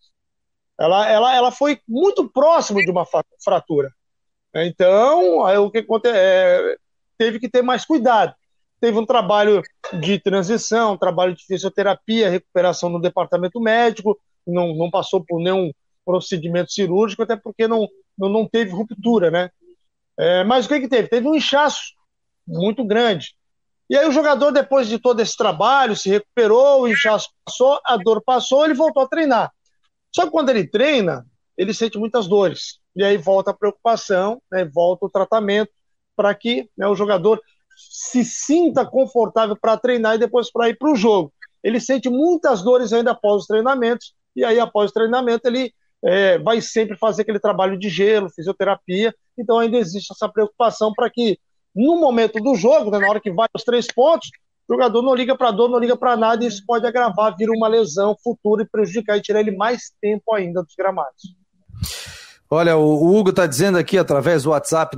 Ela foi muito próximo de uma fratura. Então, aí, o que aconteceu? Teve que ter mais cuidado. Teve um trabalho de transição, um trabalho de fisioterapia, recuperação no departamento médico, não passou por nenhum procedimento cirúrgico, até porque não teve ruptura, né? Mas o que teve? Teve um inchaço muito grande. E aí o jogador, depois de todo esse trabalho, se recuperou, o inchaço passou, a dor passou, ele voltou a treinar. Só que quando ele treina, ele sente muitas dores. E aí volta a preocupação, né, volta o tratamento para que, né, o jogador se sinta confortável para treinar e depois para ir para o jogo. Ele sente muitas dores ainda após os treinamentos, e aí após o treinamento ele vai sempre fazer aquele trabalho de gelo, fisioterapia. Então ainda existe essa preocupação para que no momento do jogo, né, na hora que vai os 3 pontos, o jogador não liga para dor, não liga para nada, e isso pode agravar, vir uma lesão futura e prejudicar e tirar ele mais tempo ainda dos gramados. Olha, o Hugo está dizendo aqui através do WhatsApp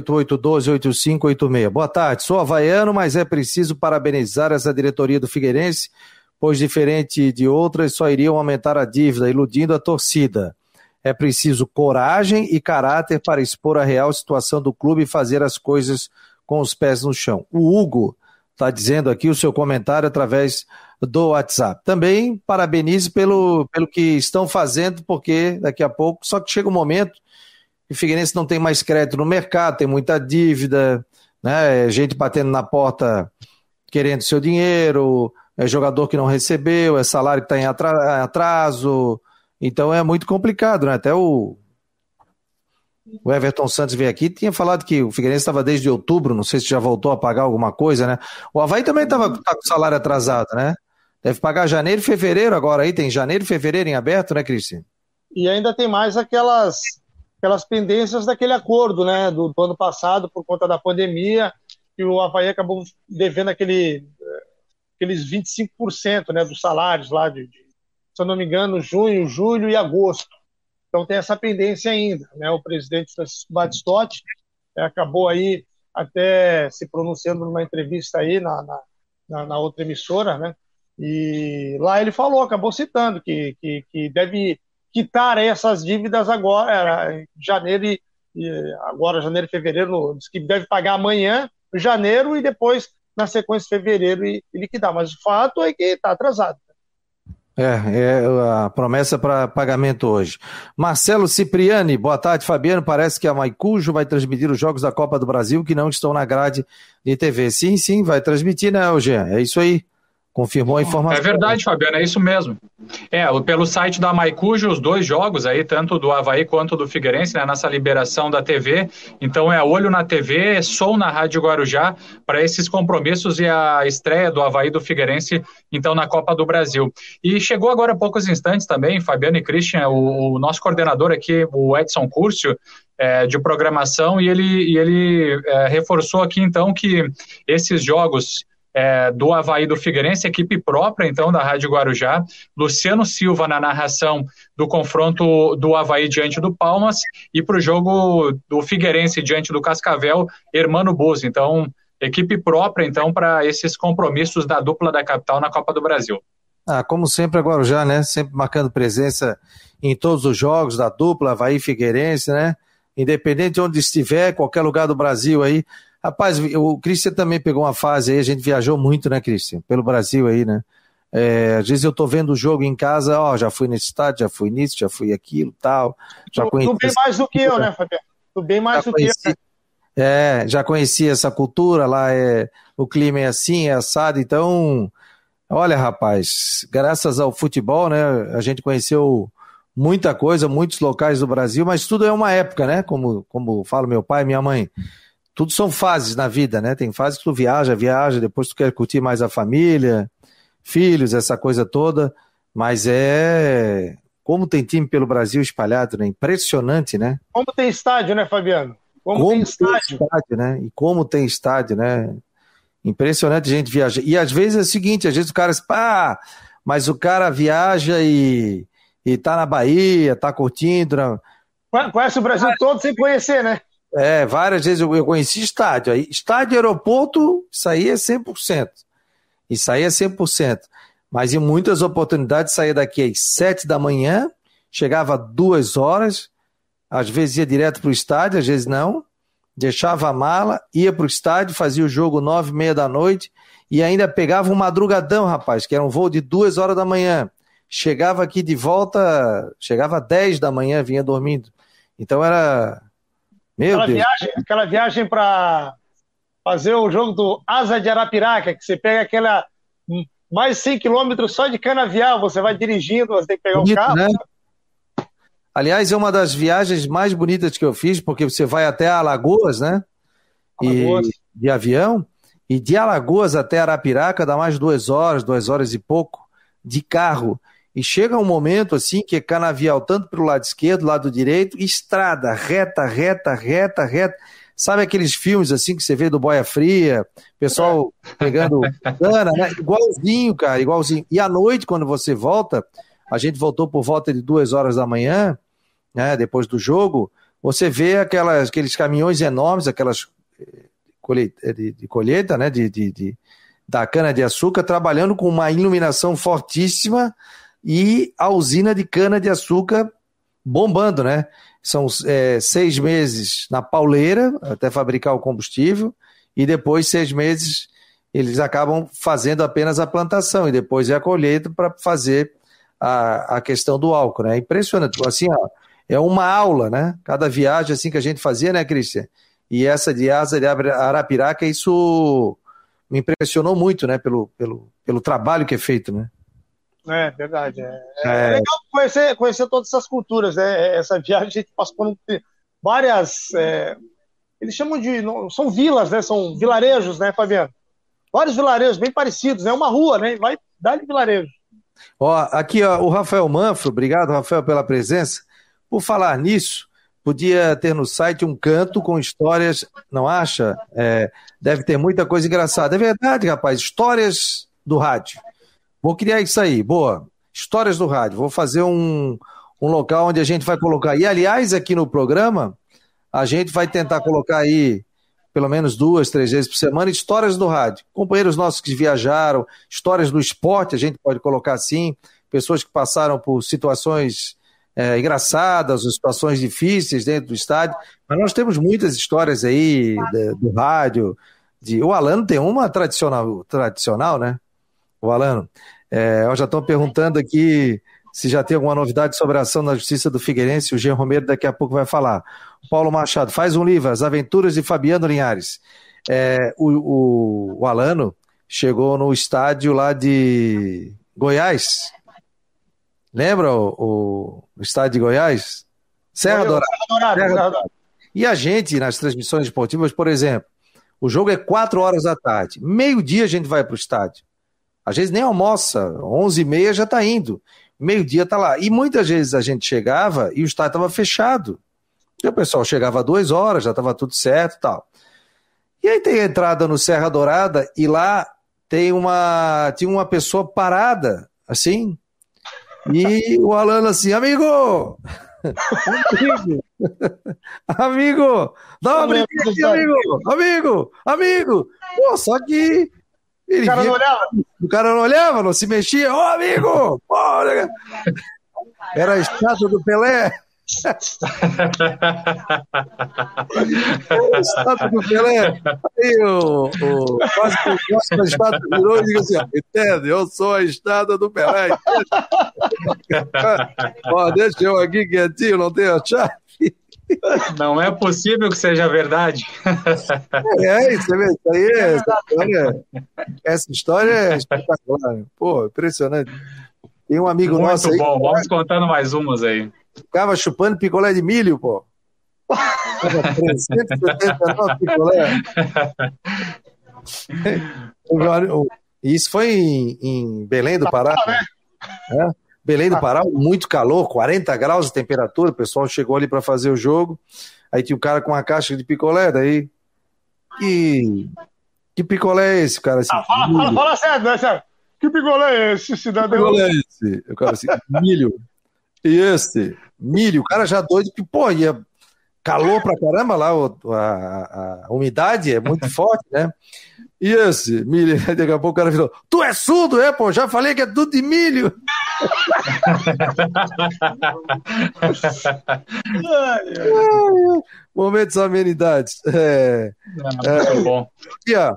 988128586. Boa tarde, sou havaiano, mas é preciso parabenizar essa diretoria do Figueirense, pois diferente de outras só iriam aumentar a dívida, iludindo a torcida. É preciso coragem e caráter para expor a real situação do clube e fazer as coisas com os pés no chão. O Hugo está dizendo aqui o seu comentário através do WhatsApp. Também parabenize pelo que estão fazendo, porque daqui a pouco, só que chega um momento que o Figueirense não tem mais crédito no mercado, tem muita dívida, né? Gente batendo na porta querendo seu dinheiro, é jogador que não recebeu, é salário que está em atraso. Então é muito complicado, né? Até o Everton Santos veio aqui e tinha falado que o Figueirense estava desde outubro, não sei se já voltou a pagar alguma coisa, né? O Avaí também tá com salário atrasado, né? Deve pagar janeiro e fevereiro agora aí, tem janeiro e fevereiro em aberto, né, Cristian? E ainda tem mais aquelas pendências daquele acordo, né, do ano passado, por conta da pandemia, que o Avaí acabou devendo aqueles 25%, né, dos salários lá se eu não me engano, junho, julho e agosto. Então tem essa pendência ainda, né? O presidente Francisco Batistotti acabou aí até se pronunciando numa entrevista aí na outra emissora, né? E lá ele falou, acabou citando que deve quitar essas dívidas agora, janeiro e fevereiro, diz que deve pagar amanhã, janeiro, e depois, na sequência, fevereiro e liquidar. Mas o fato é que está atrasado. É a promessa para pagamento hoje. Marcelo Cipriani, boa tarde, Fabiano. Parece que a Maicujo vai transmitir os Jogos da Copa do Brasil que não estão na grade de TV. Sim, vai transmitir, né, Eugênio? É isso aí. Confirmou a informação. É verdade, Fabiano, é isso mesmo. Pelo site da Maicujo, os 2 jogos aí, tanto do Avaí quanto do Figueirense, né, nessa liberação da TV. Então é olho na TV, som na Rádio Guarujá, para esses compromissos e a estreia do Avaí e do Figueirense, então, na Copa do Brasil. E chegou agora há poucos instantes também, Fabiano e Christian, o nosso coordenador aqui, o Edson Curcio, de programação, e ele reforçou aqui, então, que esses jogos do Avaí do Figueirense, equipe própria então da Rádio Guarujá, Luciano Silva na narração do confronto do Avaí diante do Palmas, e para o jogo do Figueirense diante do Cascavel, Hermano Buzzi. Então, equipe própria então para esses compromissos da dupla da capital na Copa do Brasil. Como sempre a Guarujá, né? Sempre marcando presença em todos os jogos da dupla Avaí Figueirense, né? Independente de onde estiver, qualquer lugar do Brasil aí. Rapaz, o Christian também pegou uma fase aí, a gente viajou muito, né, Christian? Pelo Brasil aí, né? Às vezes eu tô vendo o jogo em casa, já fui nesse estádio, já fui nisso, já fui aquilo, tal. Tu bem mais do que eu, né, Fabiano? Tu bem mais do que eu, né? Já conheci essa cultura, lá o clima é assim, é assado, então, olha, rapaz, graças ao futebol, né, a gente conheceu muita coisa, muitos locais do Brasil, mas tudo é uma época, né, como fala meu pai e minha mãe. Tudo são fases na vida, né? Tem fases que tu viaja, depois tu quer curtir mais a família, filhos, essa coisa toda, mas como tem time pelo Brasil espalhado, né? Impressionante, né? Como tem estádio, né, Fabiano? Como tem estádio, né? E como tem estádio, né? Impressionante a gente viajar. E às vezes é o seguinte, às vezes o cara diz, mas o cara viaja e tá na Bahia, tá curtindo. Conhece o Brasil todo sem conhecer, né? Várias vezes eu conheci estádio. Estádio e aeroporto, isso aí é 100%. Isso aí é 100%. Mas em muitas oportunidades saía daqui às 7 da manhã, chegava 2 horas, às vezes ia direto para o estádio, às vezes não, deixava a mala, ia para o estádio, fazia o jogo 9h30 da noite e ainda pegava um madrugadão, rapaz, que era um voo de 2 horas da manhã. Chegava aqui de volta, chegava 10 da manhã, vinha dormindo. Então era... Aquela viagem para fazer o jogo do Asa de Arapiraca, que você pega aquela mais 100 quilômetros só de canavial, você vai dirigindo, você tem que pegar um carro. Né? Aliás, é uma das viagens mais bonitas que eu fiz, porque você vai até Alagoas, né? De avião, e de Alagoas até Arapiraca dá mais 2 horas e pouco, de carro. E chega um momento assim que é canavial tanto para o lado esquerdo, lado direito, estrada, reta. Sabe aqueles filmes assim que você vê do Boia Fria, pessoal pegando cana, né? Igualzinho, cara, igualzinho. E à noite, quando você volta, a gente voltou por volta de 2 horas da manhã, né? Depois do jogo, você vê aqueles caminhões enormes, aquelas de colheita, né? Da cana-de-açúcar, trabalhando com uma iluminação fortíssima e a usina de cana-de-açúcar bombando, né? São 6 meses na pauleira, até fabricar o combustível, e depois 6 meses eles acabam fazendo apenas a plantação, e depois é a colheita para fazer a questão do álcool, né? Impressionante, assim, é uma aula, né? Cada viagem assim que a gente fazia, né, Cristian? E essa de Asa de Arapiraca, isso me impressionou muito, né? Pelo trabalho que é feito, né? É verdade. É legal conhecer todas essas culturas, né? Essa viagem a gente passou por várias. Eles chamam de. São vilas, né? São vilarejos, né, Fabiano? Vários vilarejos bem parecidos, né? Uma rua, né? Vai dar de vilarejo. Aqui, o Rafael Manfro, obrigado, Rafael, pela presença. Por falar nisso, podia ter no site um canto com histórias, não acha? Deve ter muita coisa engraçada. É verdade, rapaz, histórias do rádio. Vou criar isso aí, boa. Histórias do rádio. Vou fazer um local onde a gente vai colocar. E, aliás, aqui no programa, a gente vai tentar colocar aí, pelo menos 2, 3 vezes por semana, histórias do rádio. Companheiros nossos que viajaram, histórias do esporte, a gente pode colocar assim, pessoas que passaram por situações engraçadas, ou situações difíceis dentro do estádio. Mas nós temos muitas histórias aí do rádio. O Alano tem uma tradicional, né? O Alano, já estão perguntando aqui se já tem alguma novidade sobre a ação na Justiça do Figueirense. O Jean Romero daqui a pouco vai falar. Paulo Machado, faz um livro, As Aventuras de Fabiano Linhares. O Alano chegou no estádio lá de Goiás. Lembra o estádio de Goiás? Serra Dourada. E a gente, nas transmissões esportivas, por exemplo, o jogo é 4 horas da tarde. Meio-dia a gente vai para o estádio. Às vezes nem almoça, 11h30 já está indo, meio-dia está lá. E muitas vezes a gente chegava e o estádio estava fechado. E o pessoal chegava 2 horas, já estava tudo certo e tal. E aí tem a entrada no Serra Dourada e lá tinha uma pessoa parada, assim, e o Alano assim, amigo, dá uma brincadeira aqui, amigo. Pô, só que o cara não olhava, não se mexia. Ô, amigo! Porra. Era a estátua do Pelé. A estátua do Pelé. Aí quase que a estátua virou e digo assim, entende? Eu sou a estátua do Pelé. Deixa eu aqui quietinho, não tenho a chave. Não é possível que seja verdade. Essa história é espetacular. Pô, impressionante. Tem um amigo nosso aí. Muito bom, vamos contando mais umas aí. Ficava chupando picolé de milho, pô. 379 picolé. Isso foi em Belém do Pará. Belém do Pará, muito calor, 40 graus de temperatura, o pessoal chegou ali para fazer o jogo, aí tinha um cara com uma caixa de picolé, daí que Que picolé é esse, cara? Assim, fala sério, né, sério? Que picolé é esse, cidadão? Que picolé é esse? O cara assim, milho. E esse? Milho. O cara já doido que, pô, ia calor pra caramba lá, a umidade é muito forte, né? E esse? Milho. Daqui a pouco o cara falou, tu é surdo, é, pô? Já falei que é tudo de milho. Momentos amenidades. Muito bom. Aqui, ó.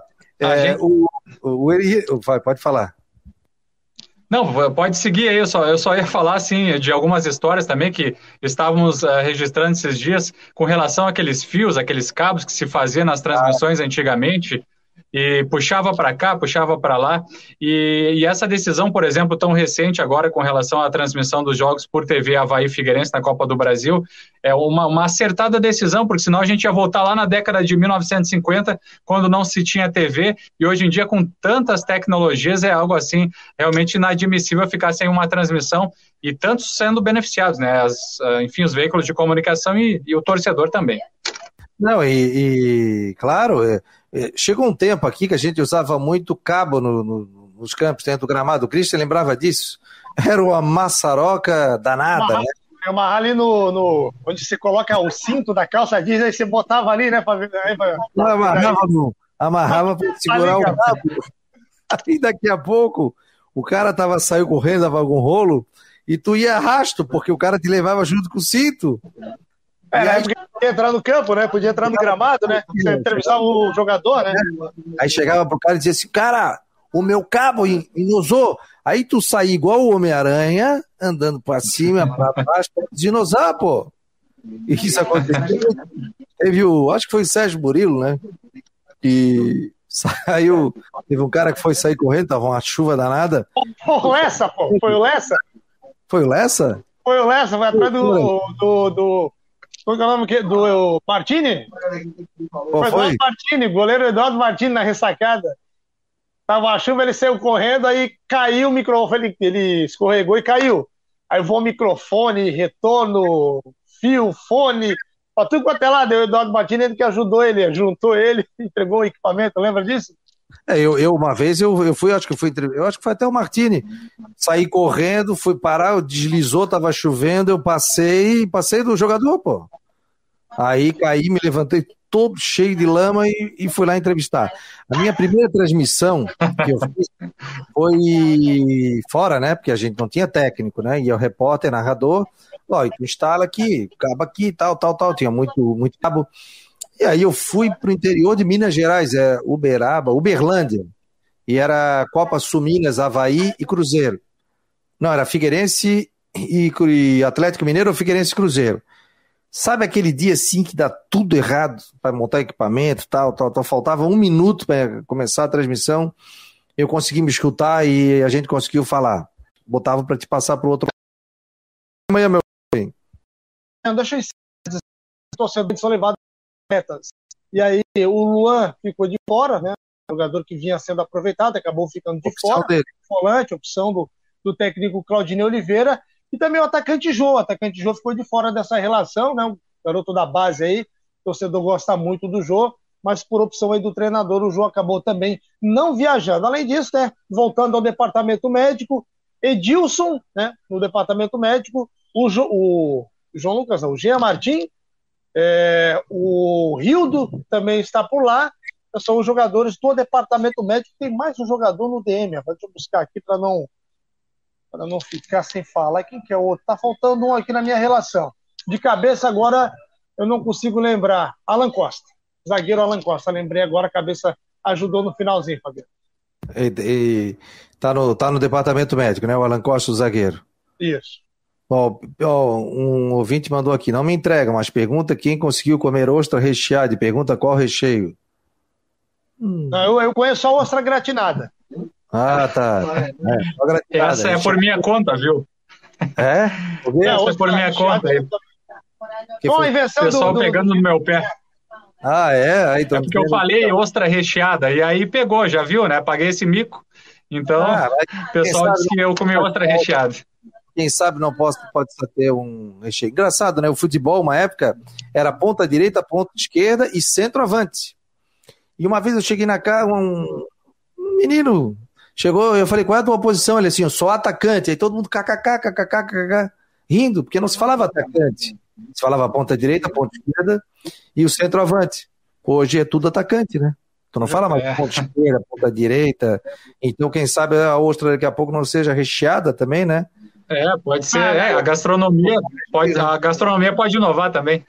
Pode falar. Não, pode seguir aí, eu só ia falar assim, de algumas histórias também que estávamos registrando esses dias com relação àqueles fios, aqueles cabos que se fazia nas transmissões antigamente, e puxava para cá, puxava para lá, e essa decisão, por exemplo, tão recente agora com relação à transmissão dos jogos por TV Avaí Figueirense na Copa do Brasil, é uma acertada decisão, porque senão a gente ia voltar lá na década de 1950, quando não se tinha TV, e hoje em dia com tantas tecnologias é algo assim realmente inadmissível ficar sem uma transmissão, e tantos sendo beneficiados, né? Enfim, os veículos de comunicação e o torcedor também. Não, claro, chegou um tempo aqui que a gente usava muito cabo nos campos dentro do gramado. O Christian lembrava disso? Era uma maçaroca danada, né? Amarrar ali no onde você coloca o cinto da calça jeans, aí você botava ali, né? Amarrava para segurar o cabo. Aí daqui a pouco o cara saiu correndo, dava algum rolo, e tu ia arrasto, porque o cara te levava junto com o cinto. Porque podia entrar no campo, né? Podia entrar no gramado, né? Você entrevistava o jogador, né? Aí chegava pro cara e dizia assim, cara, o meu cabo inosou. Aí tu saía igual o Homem-Aranha, andando pra cima, pra baixo, pra dinossauro, pô. E isso aconteceu. Acho que foi o Sérgio Burilo, né? E saiu, teve um cara que foi sair correndo, tava uma chuva danada. Foi o Lessa, pô. Foi o Lessa? Foi o Lessa? Foi o Lessa, vai atrás do qual é o nome do Martini? Foi Eduardo Martini, goleiro Eduardo Martini na ressacada. Tava a chuva, ele saiu correndo, aí caiu o microfone, ele escorregou e caiu. Aí voou microfone, retorno, fio, fone, pra tudo quanto é lá, deu o Eduardo Martini, ele que ajudou ele, juntou ele, entregou o equipamento, lembra disso? Uma vez eu fui, acho que foi até o Martini, saí correndo, fui parar, deslizou, tava chovendo, eu passei do jogador, pô. Aí caí, me levantei todo cheio de lama e fui lá entrevistar. A minha primeira transmissão que eu fiz foi fora, né, porque a gente não tinha técnico, né, e o repórter, narrador, ó, tu instala aqui, cabo aqui, tal, tinha muito cabo. E aí eu fui pro interior de Minas Gerais, Uberlândia, e era Copa Sul Minas, Avaí e Cruzeiro. Não, era Figueirense e Atlético Mineiro ou Figueirense e Cruzeiro. Sabe aquele dia assim que dá tudo errado para montar equipamento, tal, faltava 1 minuto para começar a transmissão, eu consegui me escutar e a gente conseguiu falar. Botava para te passar pro outro. Amanhã, meu bem. Deixa eu ensinar, os torcedores são levados metas. E aí o Luan ficou de fora, né? Jogador que vinha sendo aproveitado, acabou ficando de fora. Volante, opção do técnico Claudinei Oliveira. E também o atacante Jô. O atacante Jô ficou de fora dessa relação, né? Um garoto da base aí. O torcedor gosta muito do Jô, mas por opção aí do treinador, o Jô acabou também não viajando. Além disso, né? Voltando ao departamento médico, Edilson, né? No departamento médico, o João Lucas, não, o Jean Martin. O Rildo também está por lá. São os jogadores do departamento médico. Tem mais um jogador no DM. Deixa eu buscar aqui para não ficar sem falar. Quem que é o outro? Tá faltando um aqui na minha relação. De cabeça agora eu não consigo lembrar. Alan Costa. Zagueiro Alan Costa. Lembrei agora, a cabeça ajudou no finalzinho, Fabiano. Tá no departamento médico, né? O Alan Costa, o zagueiro. Isso. Um ouvinte mandou aqui, não me entrega, mas pergunta quem conseguiu comer ostra recheada e pergunta qual recheio. Eu conheço só ostra gratinada. Ah, tá. Essa é por minha conta, viu? É? Essa é por minha conta. O pessoal pegando no meu pé. Ah, é? Aí, é porque eu falei ostra recheada, e aí pegou, já viu, né? Paguei esse mico. Então, o pessoal disse que eu comi ostra recheada. Quem sabe pode só ter um recheio. Engraçado, né? O futebol, uma época, era ponta direita, ponta esquerda e centroavante. E uma vez eu cheguei na casa, um menino chegou, eu falei, qual é a tua posição? Ele assim, eu sou atacante. Aí todo mundo kkk, rindo, porque não se falava atacante. Se falava ponta direita, ponta esquerda e o centroavante. Hoje é tudo atacante, né? Tu não fala mais ponta esquerda, ponta direita. Então, quem sabe a ostra daqui a pouco não seja recheada também, né? Pode ser. A gastronomia pode inovar também.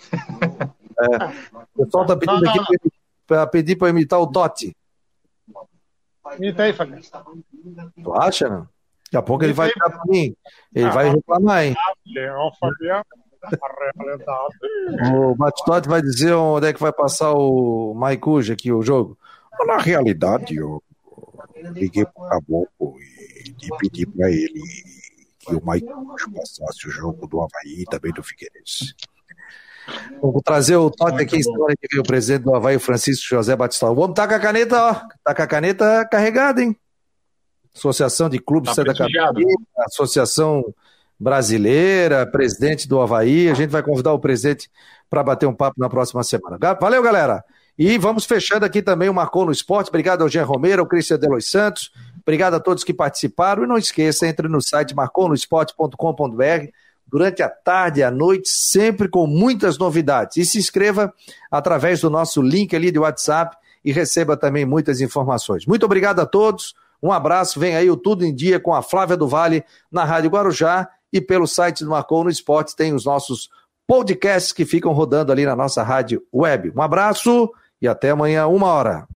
O pessoal tá pedindo aqui para pedir para imitar o Totti. Imita aí, Fabiano. Tu acha, não? Daqui a pouco ele vai virar pra mim. Ele vai reclamar, hein? Fabiano. O Batistotti vai dizer onde é que vai passar o Maicuja aqui, o jogo. Na realidade, eu liguei pro Caboclo e pedi para ele que o Maicuja passasse o jogo do Avaí e também do Figueirense. Vou trazer o Totti aqui, história que veio o presidente do Avaí, Francisco José Batista. O homem tá com a caneta, ó. Tá com a caneta carregada, hein? Associação de Clubes Santa Catarina, Associação Brasileira, presidente do Avaí. A gente vai convidar o presidente para bater um papo na próxima semana. Valeu, galera! E vamos fechando aqui também o Marcou no Esporte. Obrigado ao Jean Romero, ao Cristian Delos Santos. Obrigado a todos que participaram. E não esqueça, entre no site marconosport.com.br durante a tarde e a noite, sempre com muitas novidades. E se inscreva através do nosso link ali de WhatsApp e receba também muitas informações. Muito obrigado a todos. Um abraço. Vem aí o Tudo em Dia com a Flávia do Vale na Rádio Guarujá e pelo site do Marcou no Esporte tem os nossos podcasts que ficam rodando ali na nossa rádio web. Um abraço e até amanhã, 13h.